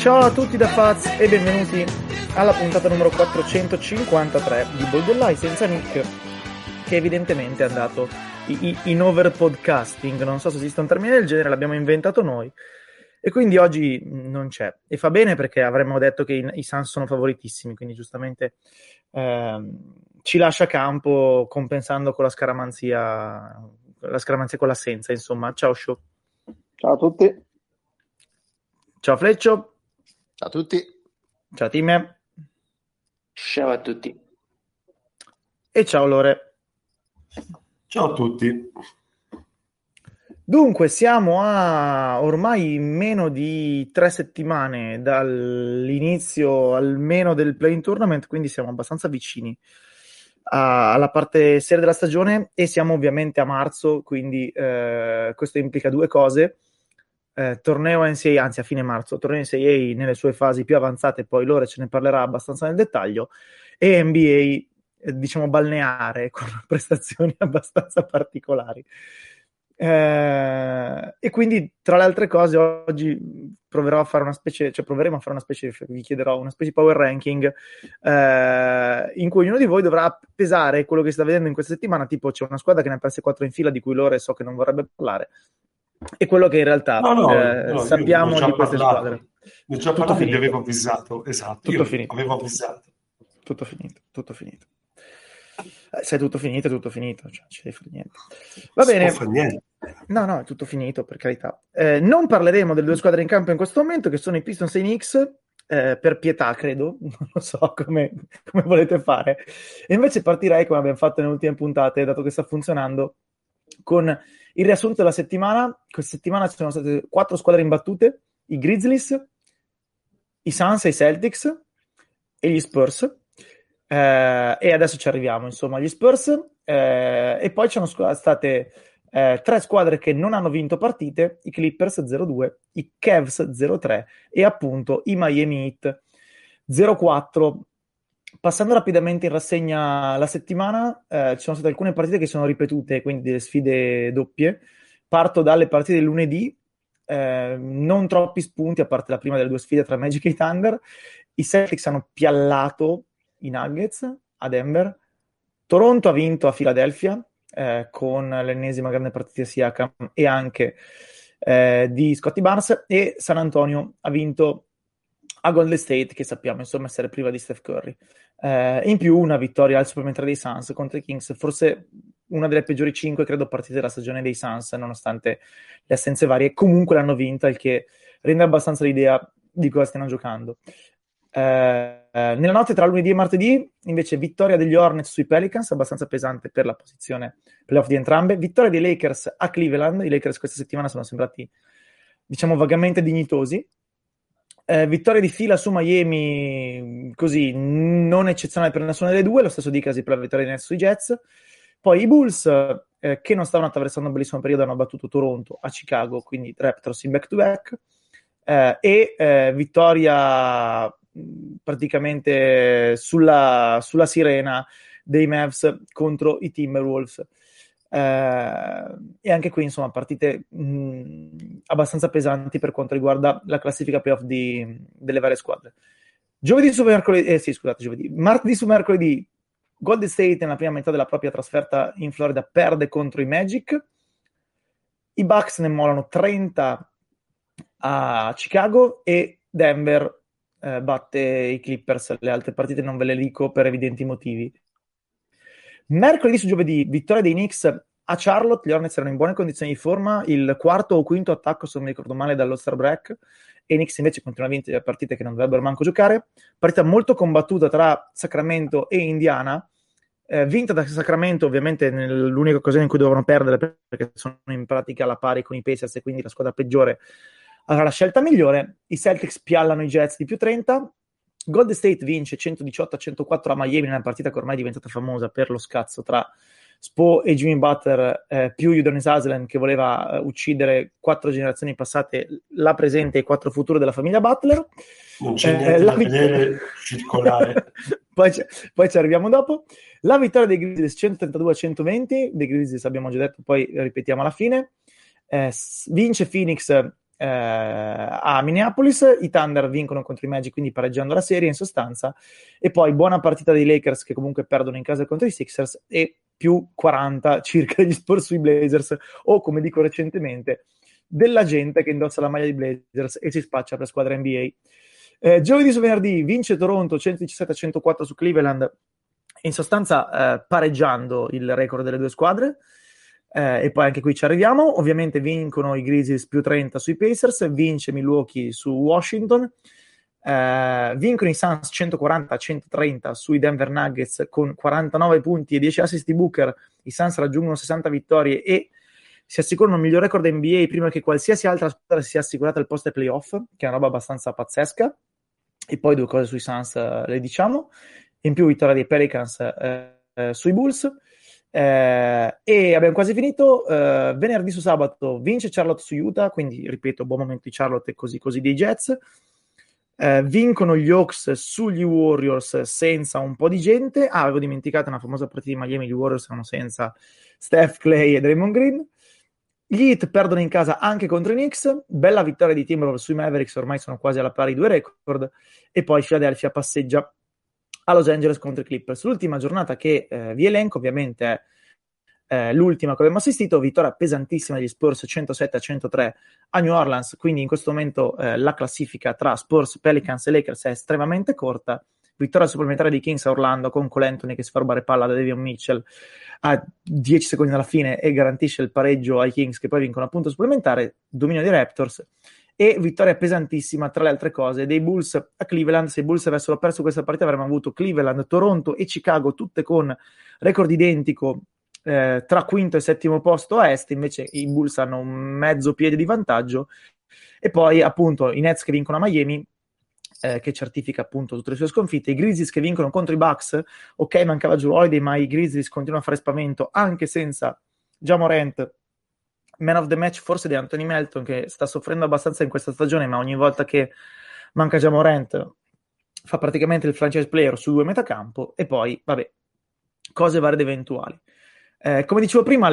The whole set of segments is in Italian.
Ciao a tutti da Faz e benvenuti alla puntata numero 453 di Boldollai senza Nick, che evidentemente è andato in over podcasting. Non so se esiste un termine del genere, l'abbiamo inventato noi e quindi oggi non c'è, e fa bene perché avremmo detto che i Suns sono favoritissimi, quindi giustamente ci lascia campo compensando con la scaramanzia con l'assenza. Insomma, ciao Show. Ciao a tutti. Ciao Fleccio. Ciao a tutti. Ciao Time. Ciao a tutti. E ciao Lore. Ciao a tutti. Dunque, siamo a ormai meno di 3 settimane dall'inizio almeno del play-in tournament, quindi siamo abbastanza vicini alla parte seria della stagione e siamo ovviamente a marzo, quindi questo implica due cose. Torneo NCAA, anzi a fine marzo, torneo NCAA nelle sue fasi più avanzate, poi Lore ce ne parlerà abbastanza nel dettaglio, e NBA, diciamo balneare, con prestazioni abbastanza particolari. E quindi, tra le altre cose, oggi proveremo a fare una specie, vi chiederò una specie di power ranking in cui ognuno di voi dovrà pesare quello che sta vedendo in questa settimana. Tipo, c'è una squadra che ne ha perse 4 in fila, di cui Lore so che non vorrebbe parlare, e quello che in realtà sappiamo di queste squadre. Non ci ho parlato, vi avevo avvisato, esatto. Tutto finito. Avevo avvisato. Tutto finito. Se è tutto finito, cioè, ci devi fare niente. Va bene. Niente. No, è tutto finito, per carità. Non parleremo delle due squadre in campo in questo momento, che sono i Pistons e i Knicks, per pietà, credo. Non lo so come volete fare. E invece partirei, come abbiamo fatto nelle ultime puntate, dato che sta funzionando, con il riassunto della settimana. Questa settimana ci sono state 4 squadre imbattute: i Grizzlies, i Suns e i Celtics e gli Spurs. E adesso ci arriviamo, insomma, agli Spurs, e poi ci sono state 3 squadre che non hanno vinto partite: i Clippers 0-2, i Cavs 0-3 e appunto i Miami Heat 0-4. Passando rapidamente in rassegna la settimana, ci sono state alcune partite che sono ripetute, quindi delle sfide doppie. Parto dalle partite del lunedì, non troppi spunti, a parte la prima delle 2 sfide tra Magic e Thunder. I Celtics hanno piallato i Nuggets a Denver. Toronto ha vinto a Philadelphia, con l'ennesima grande partita di Siakam e anche di Scottie Barnes, e San Antonio ha vinto a Golden State, che sappiamo insomma essere priva di Steph Curry. In più una vittoria al supplementare dei Suns contro i Kings, forse una delle peggiori 5 credo partite della stagione dei Suns, nonostante le assenze varie. Comunque l'hanno vinta, il che rende abbastanza l'idea di cosa stiano giocando. Nella notte tra lunedì e martedì invece vittoria degli Hornets sui Pelicans, abbastanza pesante per la posizione playoff di entrambe. Vittoria dei Lakers a Cleveland. I Lakers questa settimana sono sembrati, diciamo, vagamente dignitosi. Vittoria di fila su Miami, così non eccezionale per nessuna delle due. Lo stesso dicasi per la vittoria di Nets sui Jets. Poi i Bulls, che non stavano attraversando un bellissimo periodo, hanno battuto Toronto a Chicago, quindi Raptors in back to back, e vittoria praticamente sulla sirena dei Mavs contro i Timberwolves. E anche qui insomma partite abbastanza pesanti per quanto riguarda la classifica playoff delle varie squadre. Martedì su mercoledì Golden State nella prima metà della propria trasferta in Florida perde contro i Magic. I Bucks ne molano 30 a Chicago e Denver batte i Clippers. Le altre partite non ve le dico per evidenti motivi. Mercoledì su giovedì vittoria dei Knicks a Charlotte. Gli Hornets erano in buone condizioni di forma, il quarto o quinto attacco, se non mi ricordo male, dall'All-Star break, e i Knicks invece continuano a vincere partite che non dovrebbero manco giocare. Partita molto combattuta tra Sacramento e Indiana, vinta da Sacramento ovviamente nell'unica occasione in cui dovevano perdere, perché sono in pratica alla pari con i Pacers e quindi la squadra peggiore avrà la scelta migliore. I Celtics piallano i Jets di più 30. Golden State vince 118-104 a Miami, nella partita che ormai è diventata famosa per lo scazzo tra Spo e Jimmy Butler, più Udonis Haslem, che voleva uccidere 4 generazioni passate, la presente e 4 future della famiglia Butler. Non c'è niente da vedere circolare. poi ci arriviamo dopo. La vittoria dei Grizzlies 132-120, dei Grizzlies abbiamo già detto, poi ripetiamo alla fine. Vince Phoenix a Minneapolis, i Thunder vincono contro i Magic, quindi pareggiando la serie in sostanza, e poi buona partita dei Lakers che comunque perdono in casa contro i Sixers, e più 40 circa degli Spurs sui Blazers, o come dico recentemente, della gente che indossa la maglia di Blazers e si spaccia per squadra NBA. Giovedì su venerdì vince Toronto 117-104 su Cleveland, in sostanza pareggiando il record delle due squadre. E poi anche qui ci arriviamo. Ovviamente vincono i Grizzlies più 30 sui Pacers, vince Milwaukee su Washington, vincono i Suns 140-130 sui Denver Nuggets con 49 punti e 10 assist di Booker. I Suns raggiungono 60 vittorie e si assicurano il miglior record NBA prima che qualsiasi altra squadra si sia assicurata il post ai playoff, che è una roba abbastanza pazzesca. E poi due cose sui Suns le diciamo. In più vittoria dei Pelicans sui Bulls. E abbiamo quasi finito. Venerdì su sabato vince Charlotte su Utah, quindi ripeto, buon momento di Charlotte e così dei Jets. Vincono gli Hawks sugli Warriors senza un po' di gente. Avevo dimenticato una famosa partita di Miami. Gli Warriors sono senza Steph, Clay e Draymond Green. Gli Heat perdono in casa anche contro i Knicks. Bella vittoria di Timberwolves sui Mavericks, ormai sono quasi alla pari, due record. E poi Philadelphia passeggia a Los Angeles contro i Clippers. L'ultima giornata che vi elenco ovviamente è l'ultima che abbiamo assistito, vittoria pesantissima degli Spurs 107-103 a New Orleans, quindi in questo momento la classifica tra Spurs, Pelicans e Lakers è estremamente corta. Vittoria supplementare di Kings a Orlando con Cole Anthony che si fa rubare palla da Davion Mitchell a 10 secondi dalla fine e garantisce il pareggio ai Kings, che poi vincono a punto supplementare. Dominio dei Raptors e vittoria pesantissima, tra le altre cose, dei Bulls a Cleveland. Se i Bulls avessero perso questa partita avremmo avuto Cleveland, Toronto e Chicago tutte con record identico tra quinto e settimo posto a est. Invece i Bulls hanno un mezzo piede di vantaggio. E poi appunto i Nets che vincono a Miami, che certifica appunto tutte le sue sconfitte, i Grizzlies che vincono contro i Bucks. Ok, mancava Jrue Holiday, ma i Grizzlies continuano a fare spavento anche senza Ja Morant. Man of the match forse di Anthony Melton, che sta soffrendo abbastanza in questa stagione, ma ogni volta che manca Ja Morant fa praticamente il franchise player su due metacampo. E poi vabbè, cose varie ed eventuali. Come dicevo prima,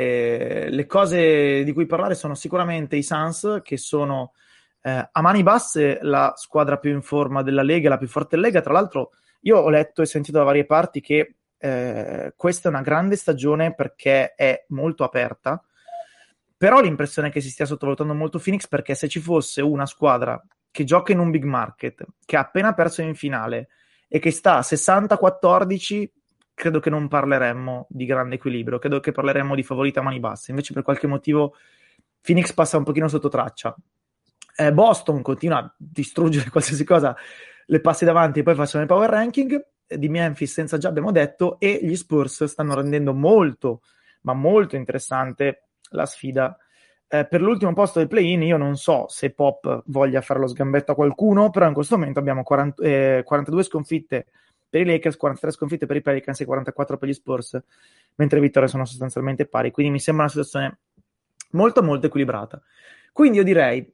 le cose di cui parlare sono sicuramente i Suns, che sono a mani basse la squadra più in forma della Lega, la più forte della Lega. Tra l'altro io ho letto e sentito da varie parti che questa è una grande stagione perché è molto aperta, però ho l'impressione che si stia sottovalutando molto Phoenix, perché se ci fosse una squadra che gioca in un big market, che ha appena perso in finale e che sta a 60-14, credo che non parleremmo di grande equilibrio, credo che parleremmo di favorita a mani basse. Invece per qualche motivo Phoenix passa un pochino sotto traccia. Boston continua a distruggere qualsiasi cosa le passi davanti e poi facciano il power ranking. Di Memphis senza già abbiamo detto, e gli Spurs stanno rendendo molto, ma molto interessante la sfida per l'ultimo posto del play-in. Io non so se Pop voglia fare lo sgambetto a qualcuno, però in questo momento abbiamo 42 sconfitte per i Lakers, 43 sconfitte per i Pelicans e 44 per gli Spurs, mentre le vittorie sono sostanzialmente pari, quindi mi sembra una situazione molto molto equilibrata. Quindi io direi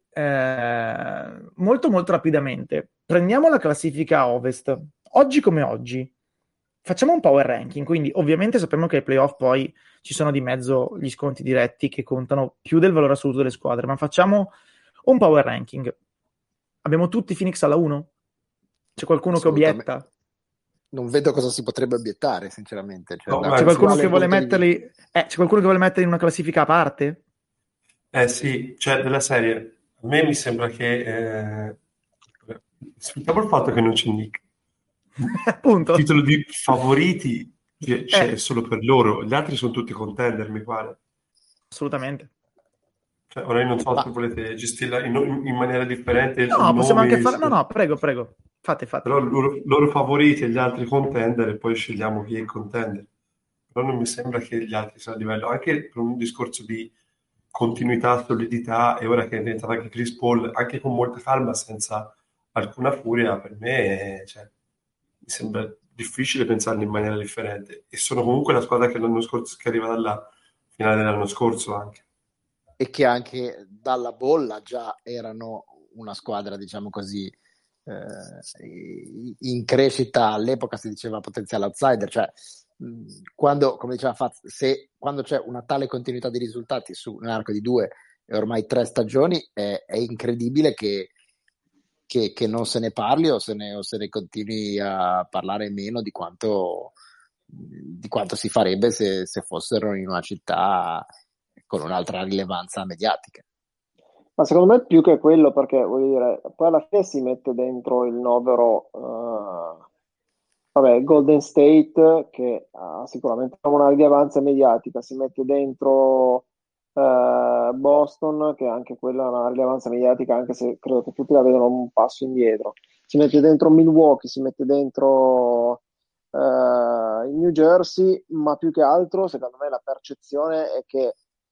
molto molto rapidamente prendiamo la classifica Ovest oggi come oggi, facciamo un power ranking. Quindi ovviamente sappiamo che ai playoff poi ci sono di mezzo gli sconti diretti che contano più del valore assoluto delle squadre, ma facciamo un power ranking. Abbiamo tutti Phoenix alla 1? C'è qualcuno che obietta? Non vedo cosa si potrebbe obiettare, sinceramente. No, c'è qualcuno che vuole metterli c'è qualcuno che vuole metterli in una classifica a parte? Sì, cioè della serie. A me mi sembra che sfruttiamo il fatto che non c'è Nick. Appunto. Il titolo di favoriti c'è solo per loro, gli altri sono tutti contender, mi pare. Assolutamente. Cioè, ora io non so se volete gestirla in maniera differente. No, possiamo anche fare. No, prego. Fate. Però loro favoriti e gli altri contender, e poi scegliamo chi è il contender. Però non mi sembra che gli altri siano a livello, anche per un discorso di continuità, solidità, e ora che è diventato anche Chris Paul, anche con molta calma, senza alcuna furia, per me mi sembra difficile pensarli in maniera differente. E sono comunque la squadra che l'anno scorso, che arriva dalla finale dell'anno scorso anche. E che anche dalla bolla già erano una squadra, diciamo così, in crescita. All'epoca si diceva potenziale outsider, cioè quando, come diceva Faz, quando c'è una tale continuità di risultati su un arco di 2, e ormai 3 stagioni, è incredibile che non se ne parli o se ne continui a parlare meno di quanto si farebbe se fossero in una città con un'altra rilevanza mediatica. Ma secondo me più che quello, perché voglio dire, poi alla fine si mette dentro il novero, vabbè, Golden State, che ha sicuramente una rilevanza mediatica, si mette dentro Boston, che anche quella ha una rilevanza mediatica, anche se credo che tutti la vedono un passo indietro. Si mette dentro Milwaukee, si mette dentro il New Jersey, ma più che altro, secondo me, la percezione è che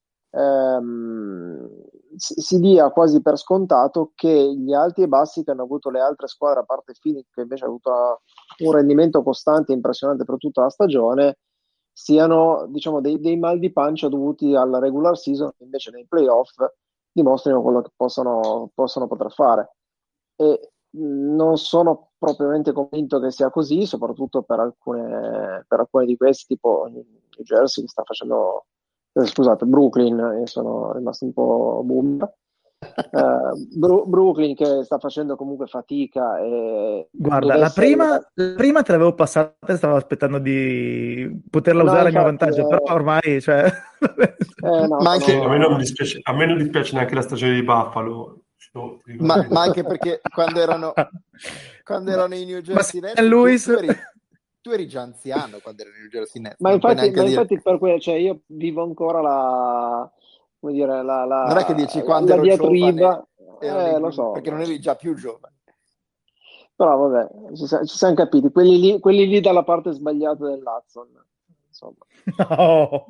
si dia quasi per scontato che gli alti e bassi che hanno avuto le altre squadre, a parte Phoenix, che invece ha avuto un rendimento costante e impressionante per tutta la stagione, siano, diciamo, dei mal di pancia dovuti alla regular season, che invece nei playoff dimostrino quello che possono poter fare. E non sono propriamente convinto che sia così, soprattutto per alcune di questi, tipo New Jersey, che sta facendo, scusate, Brooklyn, sono rimasto un po' boomer. Brooklyn che sta facendo comunque fatica e guarda, la prima te l'avevo passata e stavo aspettando di poterla usare a mio vantaggio, però ormai, cioè... ma anche a me non dispiace neanche la stagione di Buffalo. Ma anche perché quando erano i New Jersey Nets, tu eri già anziano quando erano i New Jersey Nets. Ma infatti per quello, cioè io vivo ancora come dire, non è che dici quando ero diatriba, giovane, lo so, perché non eri già più giovane. Però vabbè, ci siamo capiti, quelli lì dalla parte sbagliata dell'Hudson, insomma.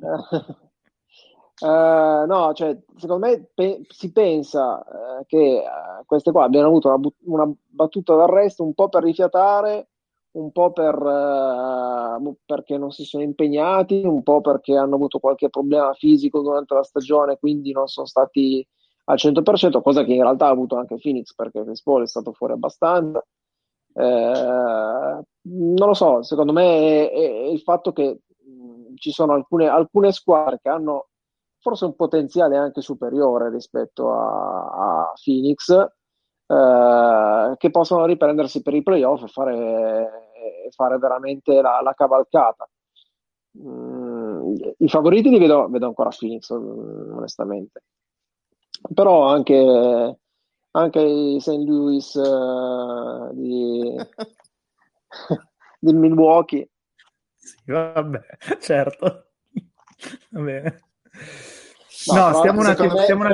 No. No, cioè, secondo me si pensa che queste qua abbiano avuto una battuta d'arresto un po' per rifiatare, un po' perché non si sono impegnati, un po' perché hanno avuto qualche problema fisico durante la stagione, quindi non sono stati al 100%, cosa che in realtà ha avuto anche Phoenix, perché Chris Paul è stato fuori abbastanza. Non lo so, secondo me è il fatto che ci sono alcune squadre che hanno forse un potenziale anche superiore rispetto a Phoenix, che possono riprendersi per i playoff e fare veramente la cavalcata. I favoriti li vedo ancora Phoenix, onestamente. Però anche i St. Louis di Milwaukee. Sì, vabbè, certo. Va bene. No, stiamo un attimo, stiamo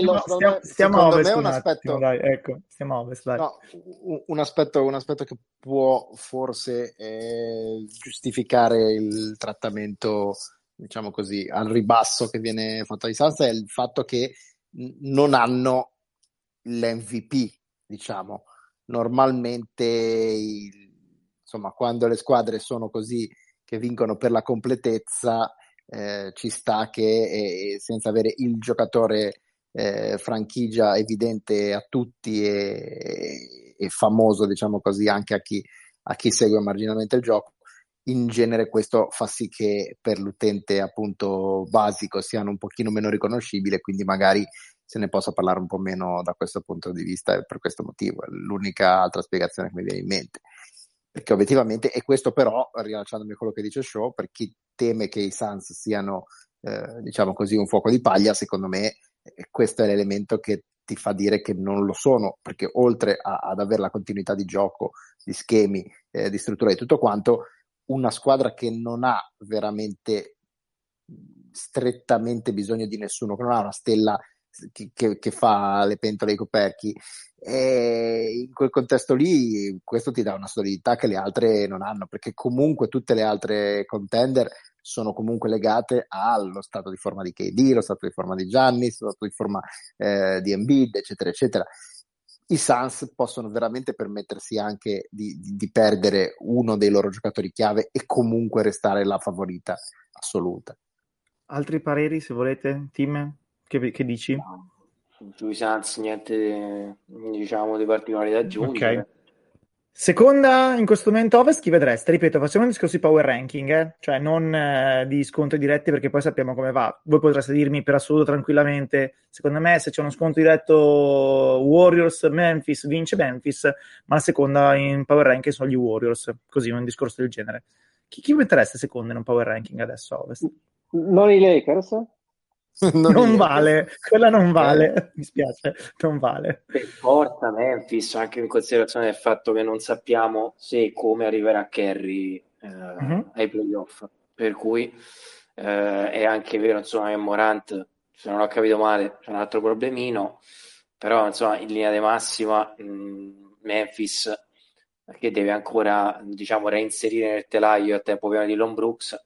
a ovest un attimo, dai, ecco, stiamo a ovest, dai. No, un aspetto che può forse giustificare il trattamento, diciamo così, al ribasso che viene fatto ai Suns è il fatto che non hanno l'MVP, diciamo. Normalmente, insomma, quando le squadre sono così, che vincono per la completezza, ci sta che senza avere il giocatore franchigia evidente a tutti e famoso, diciamo così, anche a chi segue marginalmente il gioco, in genere questo fa sì che per l'utente appunto basico siano un pochino meno riconoscibili, quindi magari se ne possa parlare un po' meno da questo punto di vista, e per questo motivo è l'unica altra spiegazione che mi viene in mente. Perché obiettivamente, e questo però, rilasciandomi a quello che dice Show, per chi teme che i Suns siano, diciamo così, un fuoco di paglia, secondo me questo è l'elemento che ti fa dire che non lo sono, perché oltre ad avere la continuità di gioco, di schemi, di struttura e tutto quanto, una squadra che non ha veramente strettamente bisogno di nessuno, che non ha una stella che fa le pentole ai coperchi, e in quel contesto lì questo ti dà una solidità che le altre non hanno, perché comunque tutte le altre contender sono comunque legate allo stato di forma di KD, lo stato di forma di Giannis, lo stato di forma di Embiid, eccetera eccetera. I Suns possono veramente permettersi anche di perdere uno dei loro giocatori chiave e comunque restare la favorita assoluta. Altri pareri, se volete, Tim? Che dici? No, sui Suns niente, diciamo, di particolare da aggiungere. Ok. Seconda in questo momento Ovest, chi vedreste? Ripeto, facciamo un discorso di power ranking, cioè non di scontri diretti perché poi sappiamo come va. Voi potreste dirmi per assoluto tranquillamente, secondo me se c'è uno scontro diretto Warriors-Memphis, vince Memphis, ma la seconda in power ranking sono gli Warriors, così un discorso del genere. Chi mettereste secondo in un power ranking adesso a Ovest? Non i Lakers? Non vale, quella non Ok. vale, mi spiace, non vale. Per forza Memphis, anche in considerazione del fatto che non sappiamo se e come arriverà Curry ai playoff. Per cui è anche vero, insomma, che Morant, se non ho capito male, c'è un altro problemino, però insomma in linea di massima Memphis che deve ancora, diciamo, reinserire nel telaio a tempo pieno di Dillon Brooks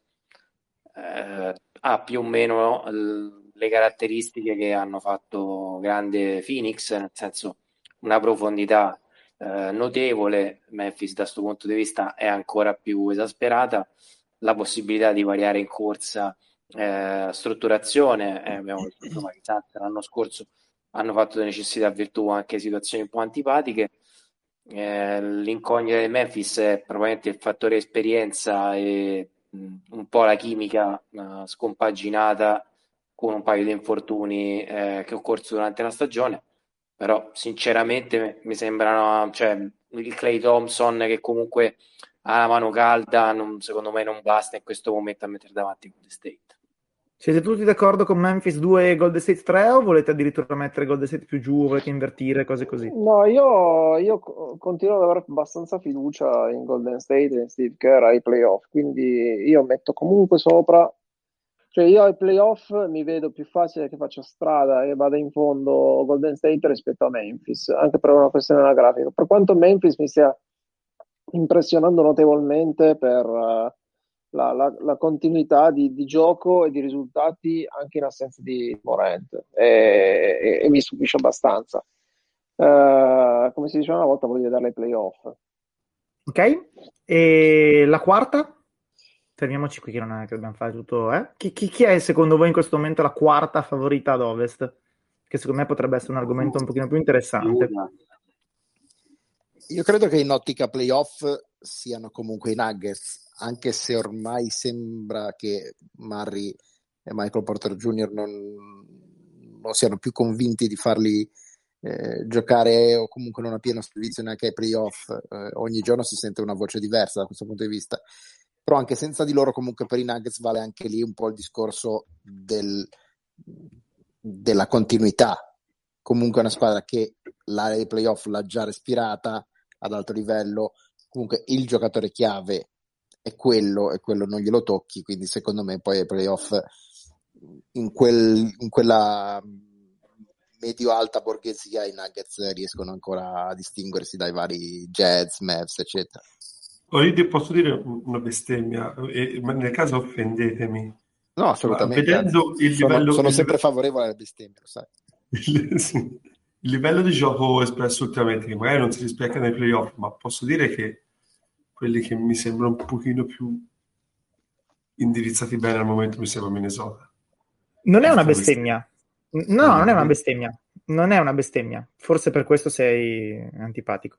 ha più o meno le caratteristiche che hanno fatto grande Phoenix, nel senso una profondità notevole. Memphis da questo punto di vista è ancora più esasperata, la possibilità di variare in corsa, strutturazione, abbiamo visto insomma, che l'anno scorso hanno fatto da necessità virtù anche situazioni un po' antipatiche. L'incognita di Memphis è probabilmente il fattore esperienza e un po' la chimica scompaginata con un paio di infortuni che ho corso durante la stagione, però sinceramente mi sembrano, cioè il Klay Thompson che comunque ha la mano calda, secondo me non basta in questo momento a mettere davanti Golden State. Siete tutti d'accordo con Memphis 2 e Golden State 3 o volete addirittura mettere Golden State più giù, volete invertire, cose così? No, io continuo ad avere abbastanza fiducia in Golden State e in Steve Kerr ai playoff, quindi io metto comunque sopra, cioè io ai playoff mi vedo più facile che faccia strada e vada in fondo Golden State rispetto a Memphis, anche per una questione anagrafica. Per quanto Memphis mi stia impressionando notevolmente per la continuità di gioco e di risultati anche in assenza di Morant e mi stupisce abbastanza. Come si diceva una volta, voglio darle ai playoff. Ok? E la quarta? Fermiamoci qui che non è che dobbiamo fare tutto, eh? Chi è secondo voi in questo momento la quarta favorita ad Ovest? Che secondo me potrebbe essere un argomento un pochino più interessante. Io credo che in ottica playoff siano comunque i Nuggets, anche se ormai sembra che Murray e Michael Porter Jr. non siano più convinti di farli giocare o comunque non a pieno servizio neanche ai playoff. Ogni giorno si sente una voce diversa da questo punto di vista. Però anche senza di loro comunque per i Nuggets vale anche lì un po' il discorso della continuità. Comunque è una squadra che l'area dei playoff l'ha già respirata ad alto livello, comunque il giocatore chiave è quello e quello non glielo tocchi, quindi secondo me poi ai playoff in quella medio-alta borghesia i Nuggets riescono ancora a distinguersi dai vari Jazz, Mavs, eccetera. Io posso dire una bestemmia, ma nel caso offendetemi. No, assolutamente. Vedendo il livello, sono sempre favorevole alle bestemmie, lo sai. sì, il livello di gioco espresso ultimamente, che magari non si rispecchia nei playoff, ma posso dire che quelli che mi sembrano un pochino più indirizzati bene al momento mi sembra Minnesota. Non è una bestemmia. No, non è una bestemmia. Non è una bestemmia. Forse per questo sei antipatico.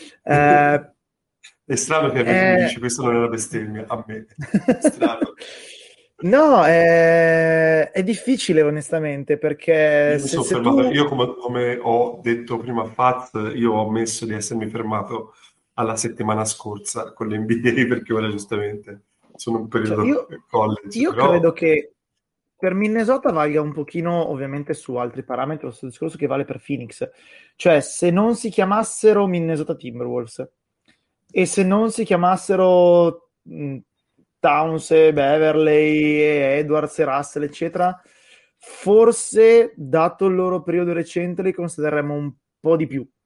È strano che mi dici questa non è una bestemmia, a me. Strano. No, è difficile onestamente perché Io come ho detto prima a Faz, io ho ammesso di essermi fermato alla settimana scorsa con l'NBA perché ora giustamente sono in un periodo college. Io però... credo che per Minnesota valga un pochino ovviamente su altri parametri lo stesso discorso che vale per Phoenix, cioè se non si chiamassero Minnesota Timberwolves e se non si chiamassero Towns, Beverley, Edwards e Russell eccetera, forse dato il loro periodo recente li considereremmo un po' di più.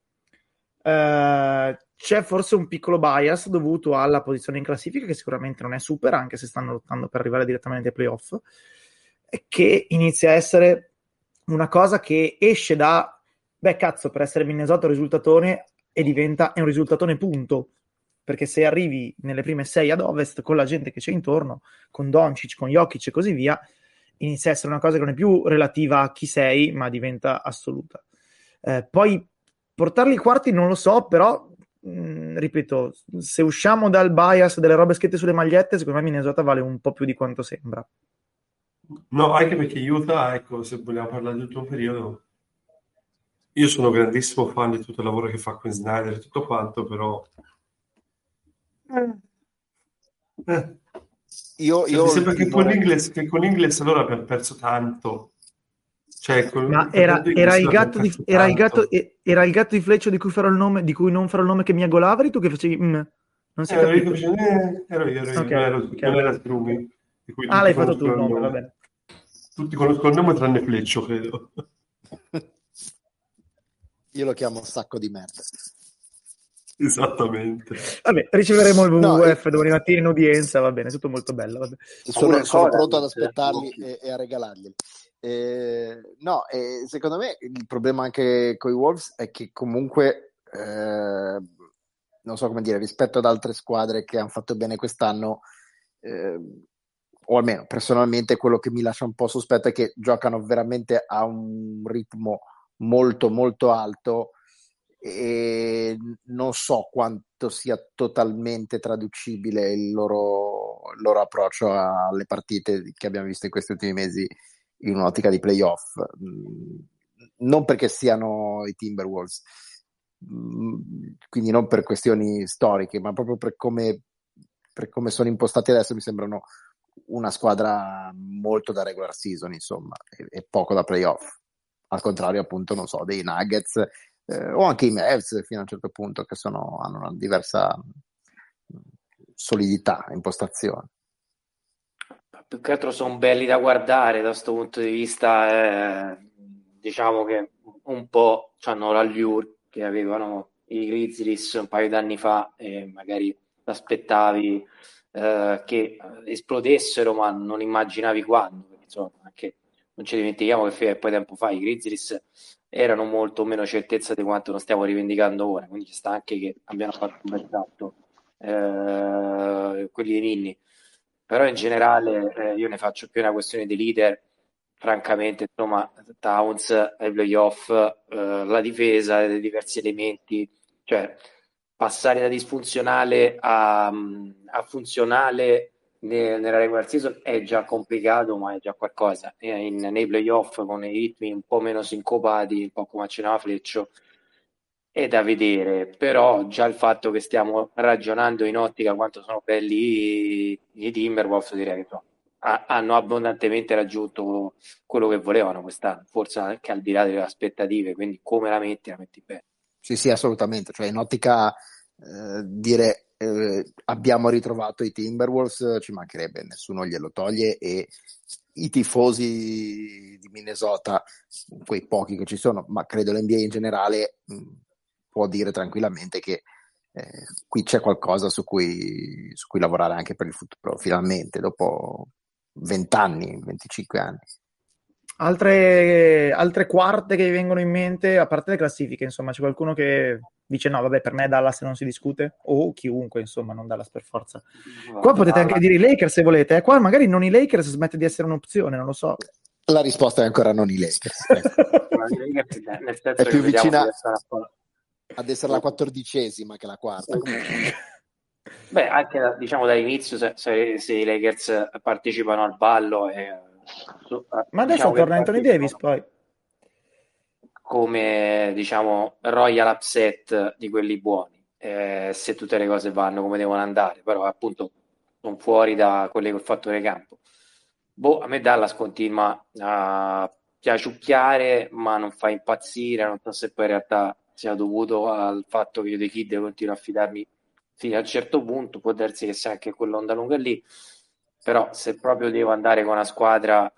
C'è forse un piccolo bias dovuto alla posizione in classifica che sicuramente non è super anche se stanno lottando per arrivare direttamente ai playoff, che inizia a essere una cosa che esce da beh cazzo per essere Minnesota un risultatone e diventa un risultatone punto, perché se arrivi nelle prime 6 ad ovest con la gente che c'è intorno, con Doncic, con Jokic e così via, inizia a essere una cosa che non è più relativa a chi sei ma diventa assoluta. Poi portarli ai quarti non lo so, però ripeto, se usciamo dal bias delle robe scritte sulle magliette, secondo me Minnesota vale un po' più di quanto sembra. No, anche perché Utah, ecco, se vogliamo parlare dell'ultimo periodo, io sono grandissimo fan di tutto il lavoro che fa Quinn Snyder e tutto quanto, però eh, Io cioè, mi ho il sembra timore. che con Ingles allora abbiamo perso tanto. Cioè, Ma perdendo era Ingles il noi abbiamo gatto di, perso tanto. era il gatto di Fleccio di cui farò il nome, di cui non farò il nome, che mi agolaveri, tu che facevi non si è Ero io che capito. facevo, ero io, Ok, non ok. era Strumi, di cui Ah, tutti l'hai fatto tu il conoscono il nome, va nome. bene. Tutti conoscono il nome tranne Fleccio, credo. Io lo chiamo sacco di merda. Esattamente. Vabbè, riceveremo il No, WWF domani mattina in udienza, va bene, tutto molto bello. Vabbè. sono cosa pronto ad inizia da aspettarli pochi. e a regalarglieli. No, secondo me il problema anche con i Wolves è che comunque, non so come dire, rispetto ad altre squadre che hanno fatto bene quest'anno, o almeno personalmente quello che mi lascia un po' sospetto è che giocano veramente a un ritmo molto molto alto e non so quanto sia totalmente traducibile il loro approccio alle partite che abbiamo visto in questi ultimi mesi in un'ottica di playoff. Non perché siano i Timberwolves, quindi non per questioni storiche, ma proprio per come sono impostati adesso mi sembrano una squadra molto da regular season, insomma, e poco da playoff. Al contrario, appunto, non so, dei Nuggets o anche i Mavs fino a un certo punto che hanno una diversa solidità, impostazione. Più che altro sono belli da guardare da questo punto di vista, diciamo che un po' hanno l'allure che avevano i Grizzlies un paio d'anni fa e magari aspettavi che esplodessero, ma non immaginavi quando. Perché, insomma, anche, non ci dimentichiamo che fino a poi tempo fa i Grizzlies erano molto meno certezza di quanto non stiamo rivendicando ora, quindi ci sta anche che abbiano fatto un bel salto quelli dei Ninni. Però in generale io ne faccio più una questione di leader, francamente, insomma, Towns ai playoff, la difesa dei diversi elementi, cioè passare da disfunzionale a funzionale nella regular season è già complicato, ma è già qualcosa. E nei playoff con i ritmi un po' meno sincopati, un po' come accennava Fleccio, è da vedere, però già il fatto che stiamo ragionando in ottica quanto sono belli i Timberwolves, direi che insomma, hanno abbondantemente raggiunto quello che volevano quest'anno, forse anche al di là delle aspettative, quindi come la metti bene. Sì, sì, assolutamente. Cioè, in ottica dire abbiamo ritrovato i Timberwolves, ci mancherebbe, nessuno glielo toglie e i tifosi di Minnesota, quei pochi che ci sono, ma credo l'NBA in generale può dire tranquillamente che qui c'è qualcosa su cui lavorare anche per il futuro, finalmente, dopo 20 anni, 25 anni. Altre quarte che vi vengono in mente, a parte le classifiche, insomma, c'è qualcuno che dice no, vabbè, per me Dallas non si discute, o chiunque, insomma, non Dallas per forza. Qua potete anche dire i Lakers se volete, qua magari non i Lakers smette di essere un'opzione, non lo so. La risposta è ancora non i Lakers. Nel senso È che più vediamo vicina se restano ad essere la 14ª che la quarta. Beh, anche diciamo dall'inizio, se i Lakers partecipano al ballo, Ma diciamo adesso che torna Anthony Davis, partecipano poi. come diciamo royal upset di quelli buoni, se tutte le cose vanno come devono andare, però appunto sono fuori da quelle col fattore campo. Boh, a me Dallas continua a piaciucchiare, ma non fa impazzire. Non so se poi in realtà sia dovuto al fatto che io dei Kid continuo a fidarmi fino a un certo punto. Può darsi che sia anche quell'onda lunga lì, però se proprio devo andare con una squadra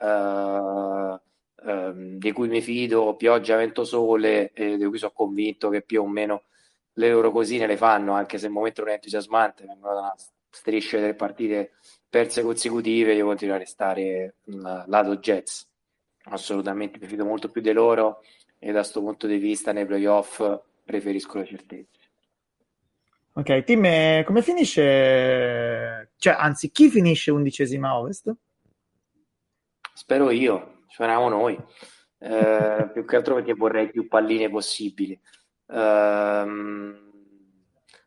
di cui mi fido, pioggia, vento, sole, di cui sono convinto che più o meno le loro cosine le fanno, anche se il momento non è entusiasmante, vengono da una striscia delle partite perse consecutive, io continuo a restare lato Jets. Assolutamente, mi fido molto più di loro e da questo punto di vista nei playoff preferisco le certezze. Ok, team, come finisce? Cioè, anzi, chi finisce 11ª a Ovest? Spero io, speriamo noi. Più che altro perché vorrei più palline possibili. Ehm,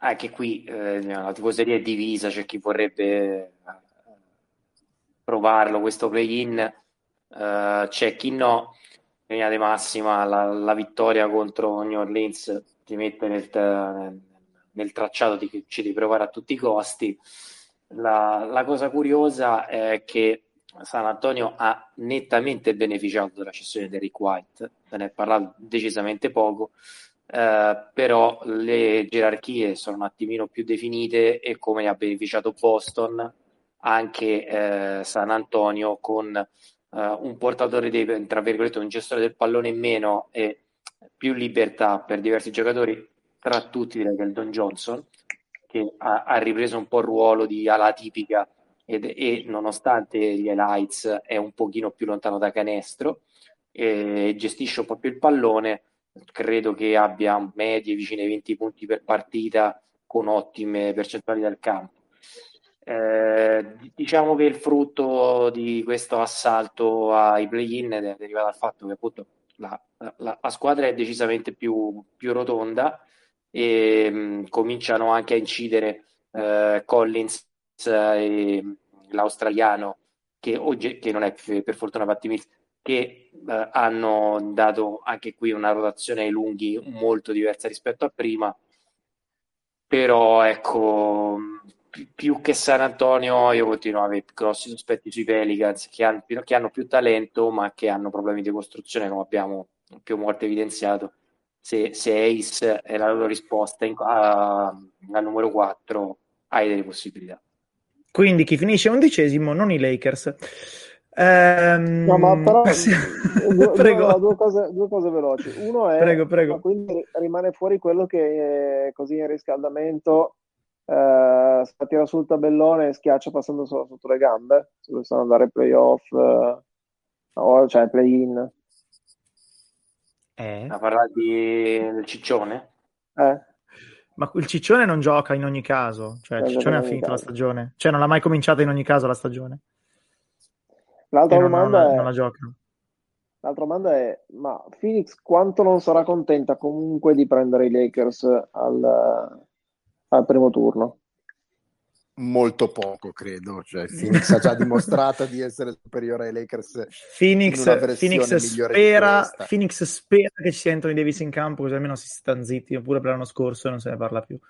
anche qui la tifoseria è divisa, c'è chi vorrebbe provarlo questo play-in, c'è chi no. In linea di massima la vittoria contro New Orleans ti mette nel tracciato di che ci devi provare a tutti i costi. La cosa curiosa è che San Antonio ha nettamente beneficiato della cessione di Rick White, se ne è parlato decisamente poco, però le gerarchie sono un attimino più definite e come ne ha beneficiato Boston, anche San Antonio con un portatore tra virgolette, un gestore del pallone in meno e più libertà per diversi giocatori, tra tutti direi che è il Don Johnson, che ha ripreso un po' il ruolo di ala tipica e nonostante gli highlights è un pochino più lontano da canestro e gestisce un po' più il pallone, credo che abbia medie vicine ai 20 punti per partita con ottime percentuali dal campo. Diciamo che il frutto di questo assalto ai play-in deriva dal fatto che appunto la squadra è decisamente più rotonda e cominciano anche a incidere Collins e l'australiano che non è per fortuna Patty Mills, che hanno dato anche qui una rotazione ai lunghi molto diversa rispetto a prima, però ecco, più che San Antonio io continuo a avere grossi sospetti sui Pelicans che hanno più talento ma che hanno problemi di costruzione, come abbiamo più volte evidenziato. Se Ace è la loro risposta al numero 4 hai delle possibilità. Quindi chi finisce 11°, non i Lakers. No, ma però Prego. due cose veloci. Uno è, Prego, ma prego. quindi rimane fuori quello che così in riscaldamento tira sul tabellone e schiaccia passando solo sotto le gambe, se dovessero andare ai playoff, cioè play-in. Ha parlato del Ciccione? Ma il Ciccione non gioca in ogni caso, cioè il Ciccione ha finito la stagione, cioè non l'ha mai cominciata in ogni caso la stagione. L'altra non domanda la gioca. L'altra domanda è, ma Phoenix quanto non sarà contenta comunque di prendere i Lakers al primo turno? Molto poco, credo. Cioè, Phoenix ha già dimostrato di essere superiore ai Lakers Phoenix, in una versione migliore di questa. Phoenix spera che ci sia Anthony Davis in campo, così almeno si sta zitti, oppure per l'anno scorso non se ne parla più.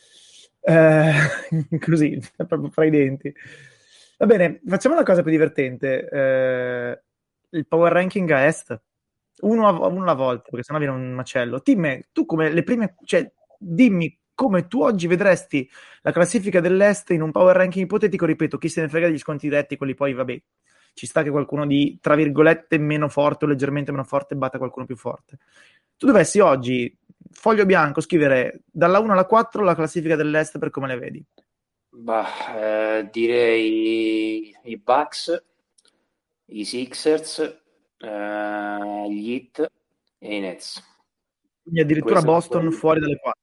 Così, proprio fra i denti. Va bene, facciamo una cosa più divertente. Il power ranking a est, uno alla volta, perché sennò viene un macello. Tim, tu come le prime, cioè, dimmi come tu oggi vedresti la classifica dell'est in un power ranking ipotetico, ripeto, chi se ne frega degli sconti diretti, quelli poi, vabbè, ci sta che qualcuno di, tra virgolette, meno forte o leggermente meno forte batta qualcuno più forte. Tu dovessi oggi, foglio bianco, scrivere dalla 1 alla 4 la classifica dell'est per come le vedi. Direi i Bucks, i Sixers, gli Heat e i Nets. Quindi addirittura Boston fuori dalle 4.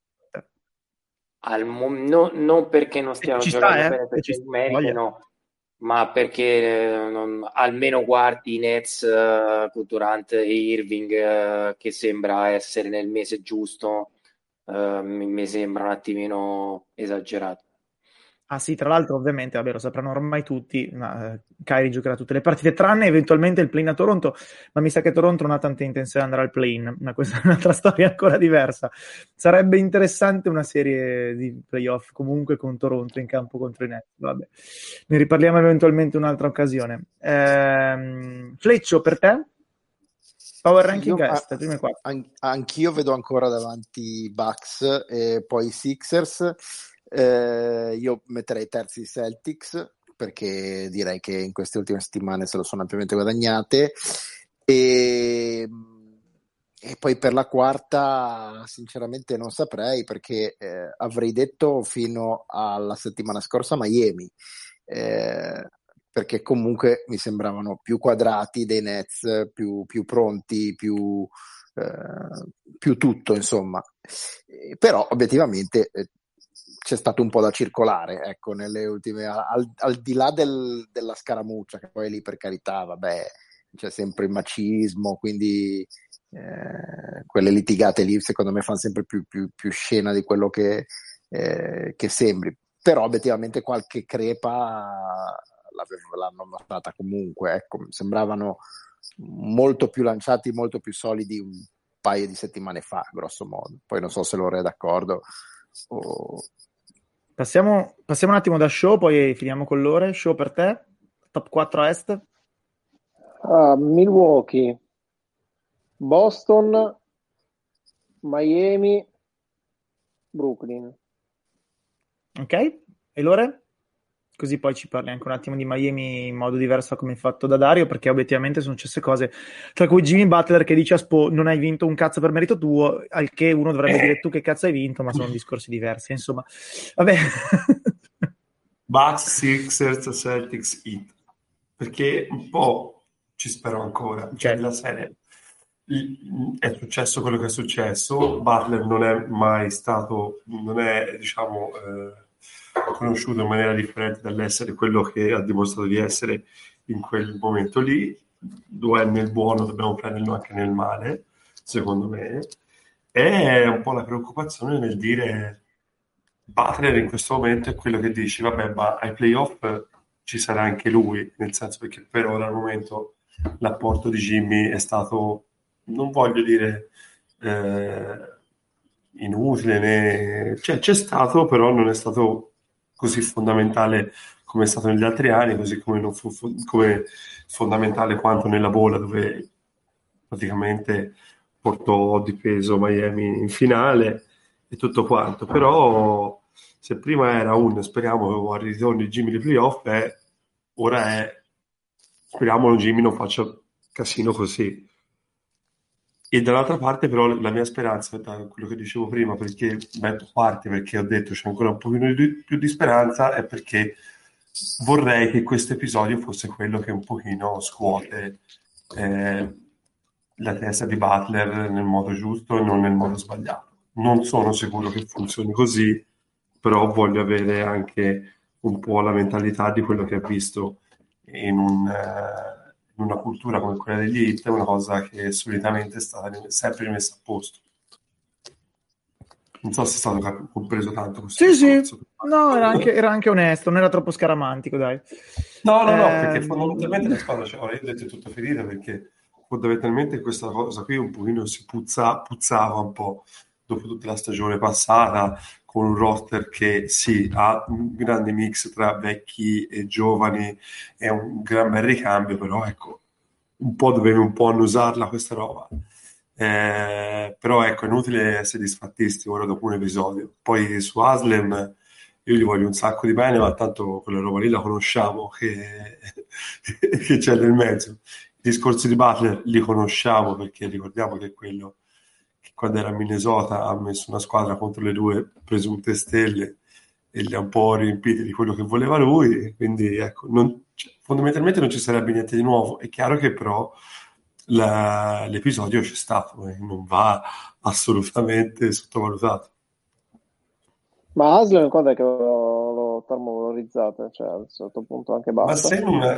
Non perché non stiano giocando bene, perché non meritano, ma perché almeno guardi i Nets con Durant e Irving, che sembra essere nel mese giusto, mi sembra un attimino esagerato. Ah sì, tra l'altro ovviamente, vabbè, lo sapranno ormai tutti, ma Kyrie giocherà tutte le partite, tranne eventualmente il play-in a Toronto, ma mi sa che Toronto non ha tante intenzioni di andare al play-in, ma questa è un'altra storia ancora diversa. Sarebbe interessante una serie di playoff comunque con Toronto in campo contro i Nets, vabbè. Ne riparliamo eventualmente un'altra occasione. Fleccio, per te? Power ranking est, prime 4. Anch'io vedo ancora davanti Bucks e poi Sixers. Io metterei terzi i Celtics perché direi che in queste ultime settimane se lo sono ampiamente guadagnate e poi per la quarta sinceramente non saprei perché avrei detto fino alla settimana scorsa Miami perché comunque mi sembravano più quadrati dei Nets, più pronti, più tutto insomma, però obiettivamente c'è stato un po' da circolare, ecco, nelle ultime, al di là della scaramuccia, che poi lì per carità, vabbè, c'è sempre il macismo, quindi quelle litigate lì secondo me fanno sempre più scena di quello che che sembri, però obiettivamente qualche crepa l'hanno mostrata comunque, ecco, sembravano molto più lanciati, molto più solidi un paio di settimane fa, grosso modo. Poi non so se loro è d'accordo o... Passiamo un attimo da Show, poi finiamo con l'ore. Show per te, top 4 a est. Milwaukee, Boston, Miami, Brooklyn. Ok, e l'ore? Così poi ci parli anche un attimo di Miami in modo diverso come fatto da Dario, perché obiettivamente sono successe cose, tra cui Jimmy Butler che dice a Spo non hai vinto un cazzo per merito tuo, al che uno dovrebbe dire tu che cazzo hai vinto, ma sono discorsi diversi, insomma. Vabbè. Bucks, Sixers, Celtics, Heat, perché un po' ci spero ancora, cioè la serie è successo quello che è successo. Butler non è mai stato, non è diciamo conosciuto in maniera differente dall'essere quello che ha dimostrato di essere in quel momento lì. Lo è nel buono, dobbiamo prenderlo anche nel male, secondo me. È un po' la preoccupazione nel dire Butler in questo momento è quello che dici, vabbè, ma ai playoff ci sarà anche lui, nel senso perché per ora al momento l'apporto di Jimmy è stato, non voglio dire inutile, né... cioè c'è stato, però non è stato così fondamentale come è stato negli altri anni, così come non fu come fondamentale quanto nella bolla, dove praticamente portò di peso Miami in finale e tutto quanto. Però se prima era speriamo al ritorno di Jimmy nei playoff, ora è speriamo Jimmy non faccia casino così. E dall'altra parte però la mia speranza, da quello che dicevo prima, perché metto a parte perché ho detto c'è ancora un pochino più di speranza, è perché vorrei che questo episodio fosse quello che un pochino scuote la testa di Butler nel modo giusto e non nel modo sbagliato. Non sono sicuro che funzioni così, però voglio avere anche un po' la mentalità di quello che ha visto in una cultura come quella degli Heat, è una cosa che solitamente è stata sempre rimessa a posto. Non so se è stato compreso tanto questo discorso. Sì. No, era anche onesto, non era troppo scaramantico, dai. No, perché fondamentalmente la squadra, io ho detto è tutta finita perché fondamentalmente questa cosa qui un pochino si puzzava un po' dopo tutta la stagione passata, con un roster che sì, ha un grande mix tra vecchi e giovani e un gran bel ricambio, però ecco, un po' dovevi un po' annusarla questa roba. Però ecco, è inutile essere disfattisti ora dopo un episodio. Poi su Haslem io gli voglio un sacco di bene, ma tanto quella roba lì la conosciamo che c'è nel mezzo. I discorsi di Butler li conosciamo perché ricordiamo che è quello che quando era a Minnesota ha messo una squadra contro le due presunte stelle e li ha un po' riempiti di quello che voleva lui, quindi ecco, fondamentalmente non ci sarebbe niente di nuovo. È chiaro che però l'episodio c'è stato e non va assolutamente sottovalutato. Ma Haslem quando è che lo termovalorizzate? Cioè, a un certo punto anche basta. Ma se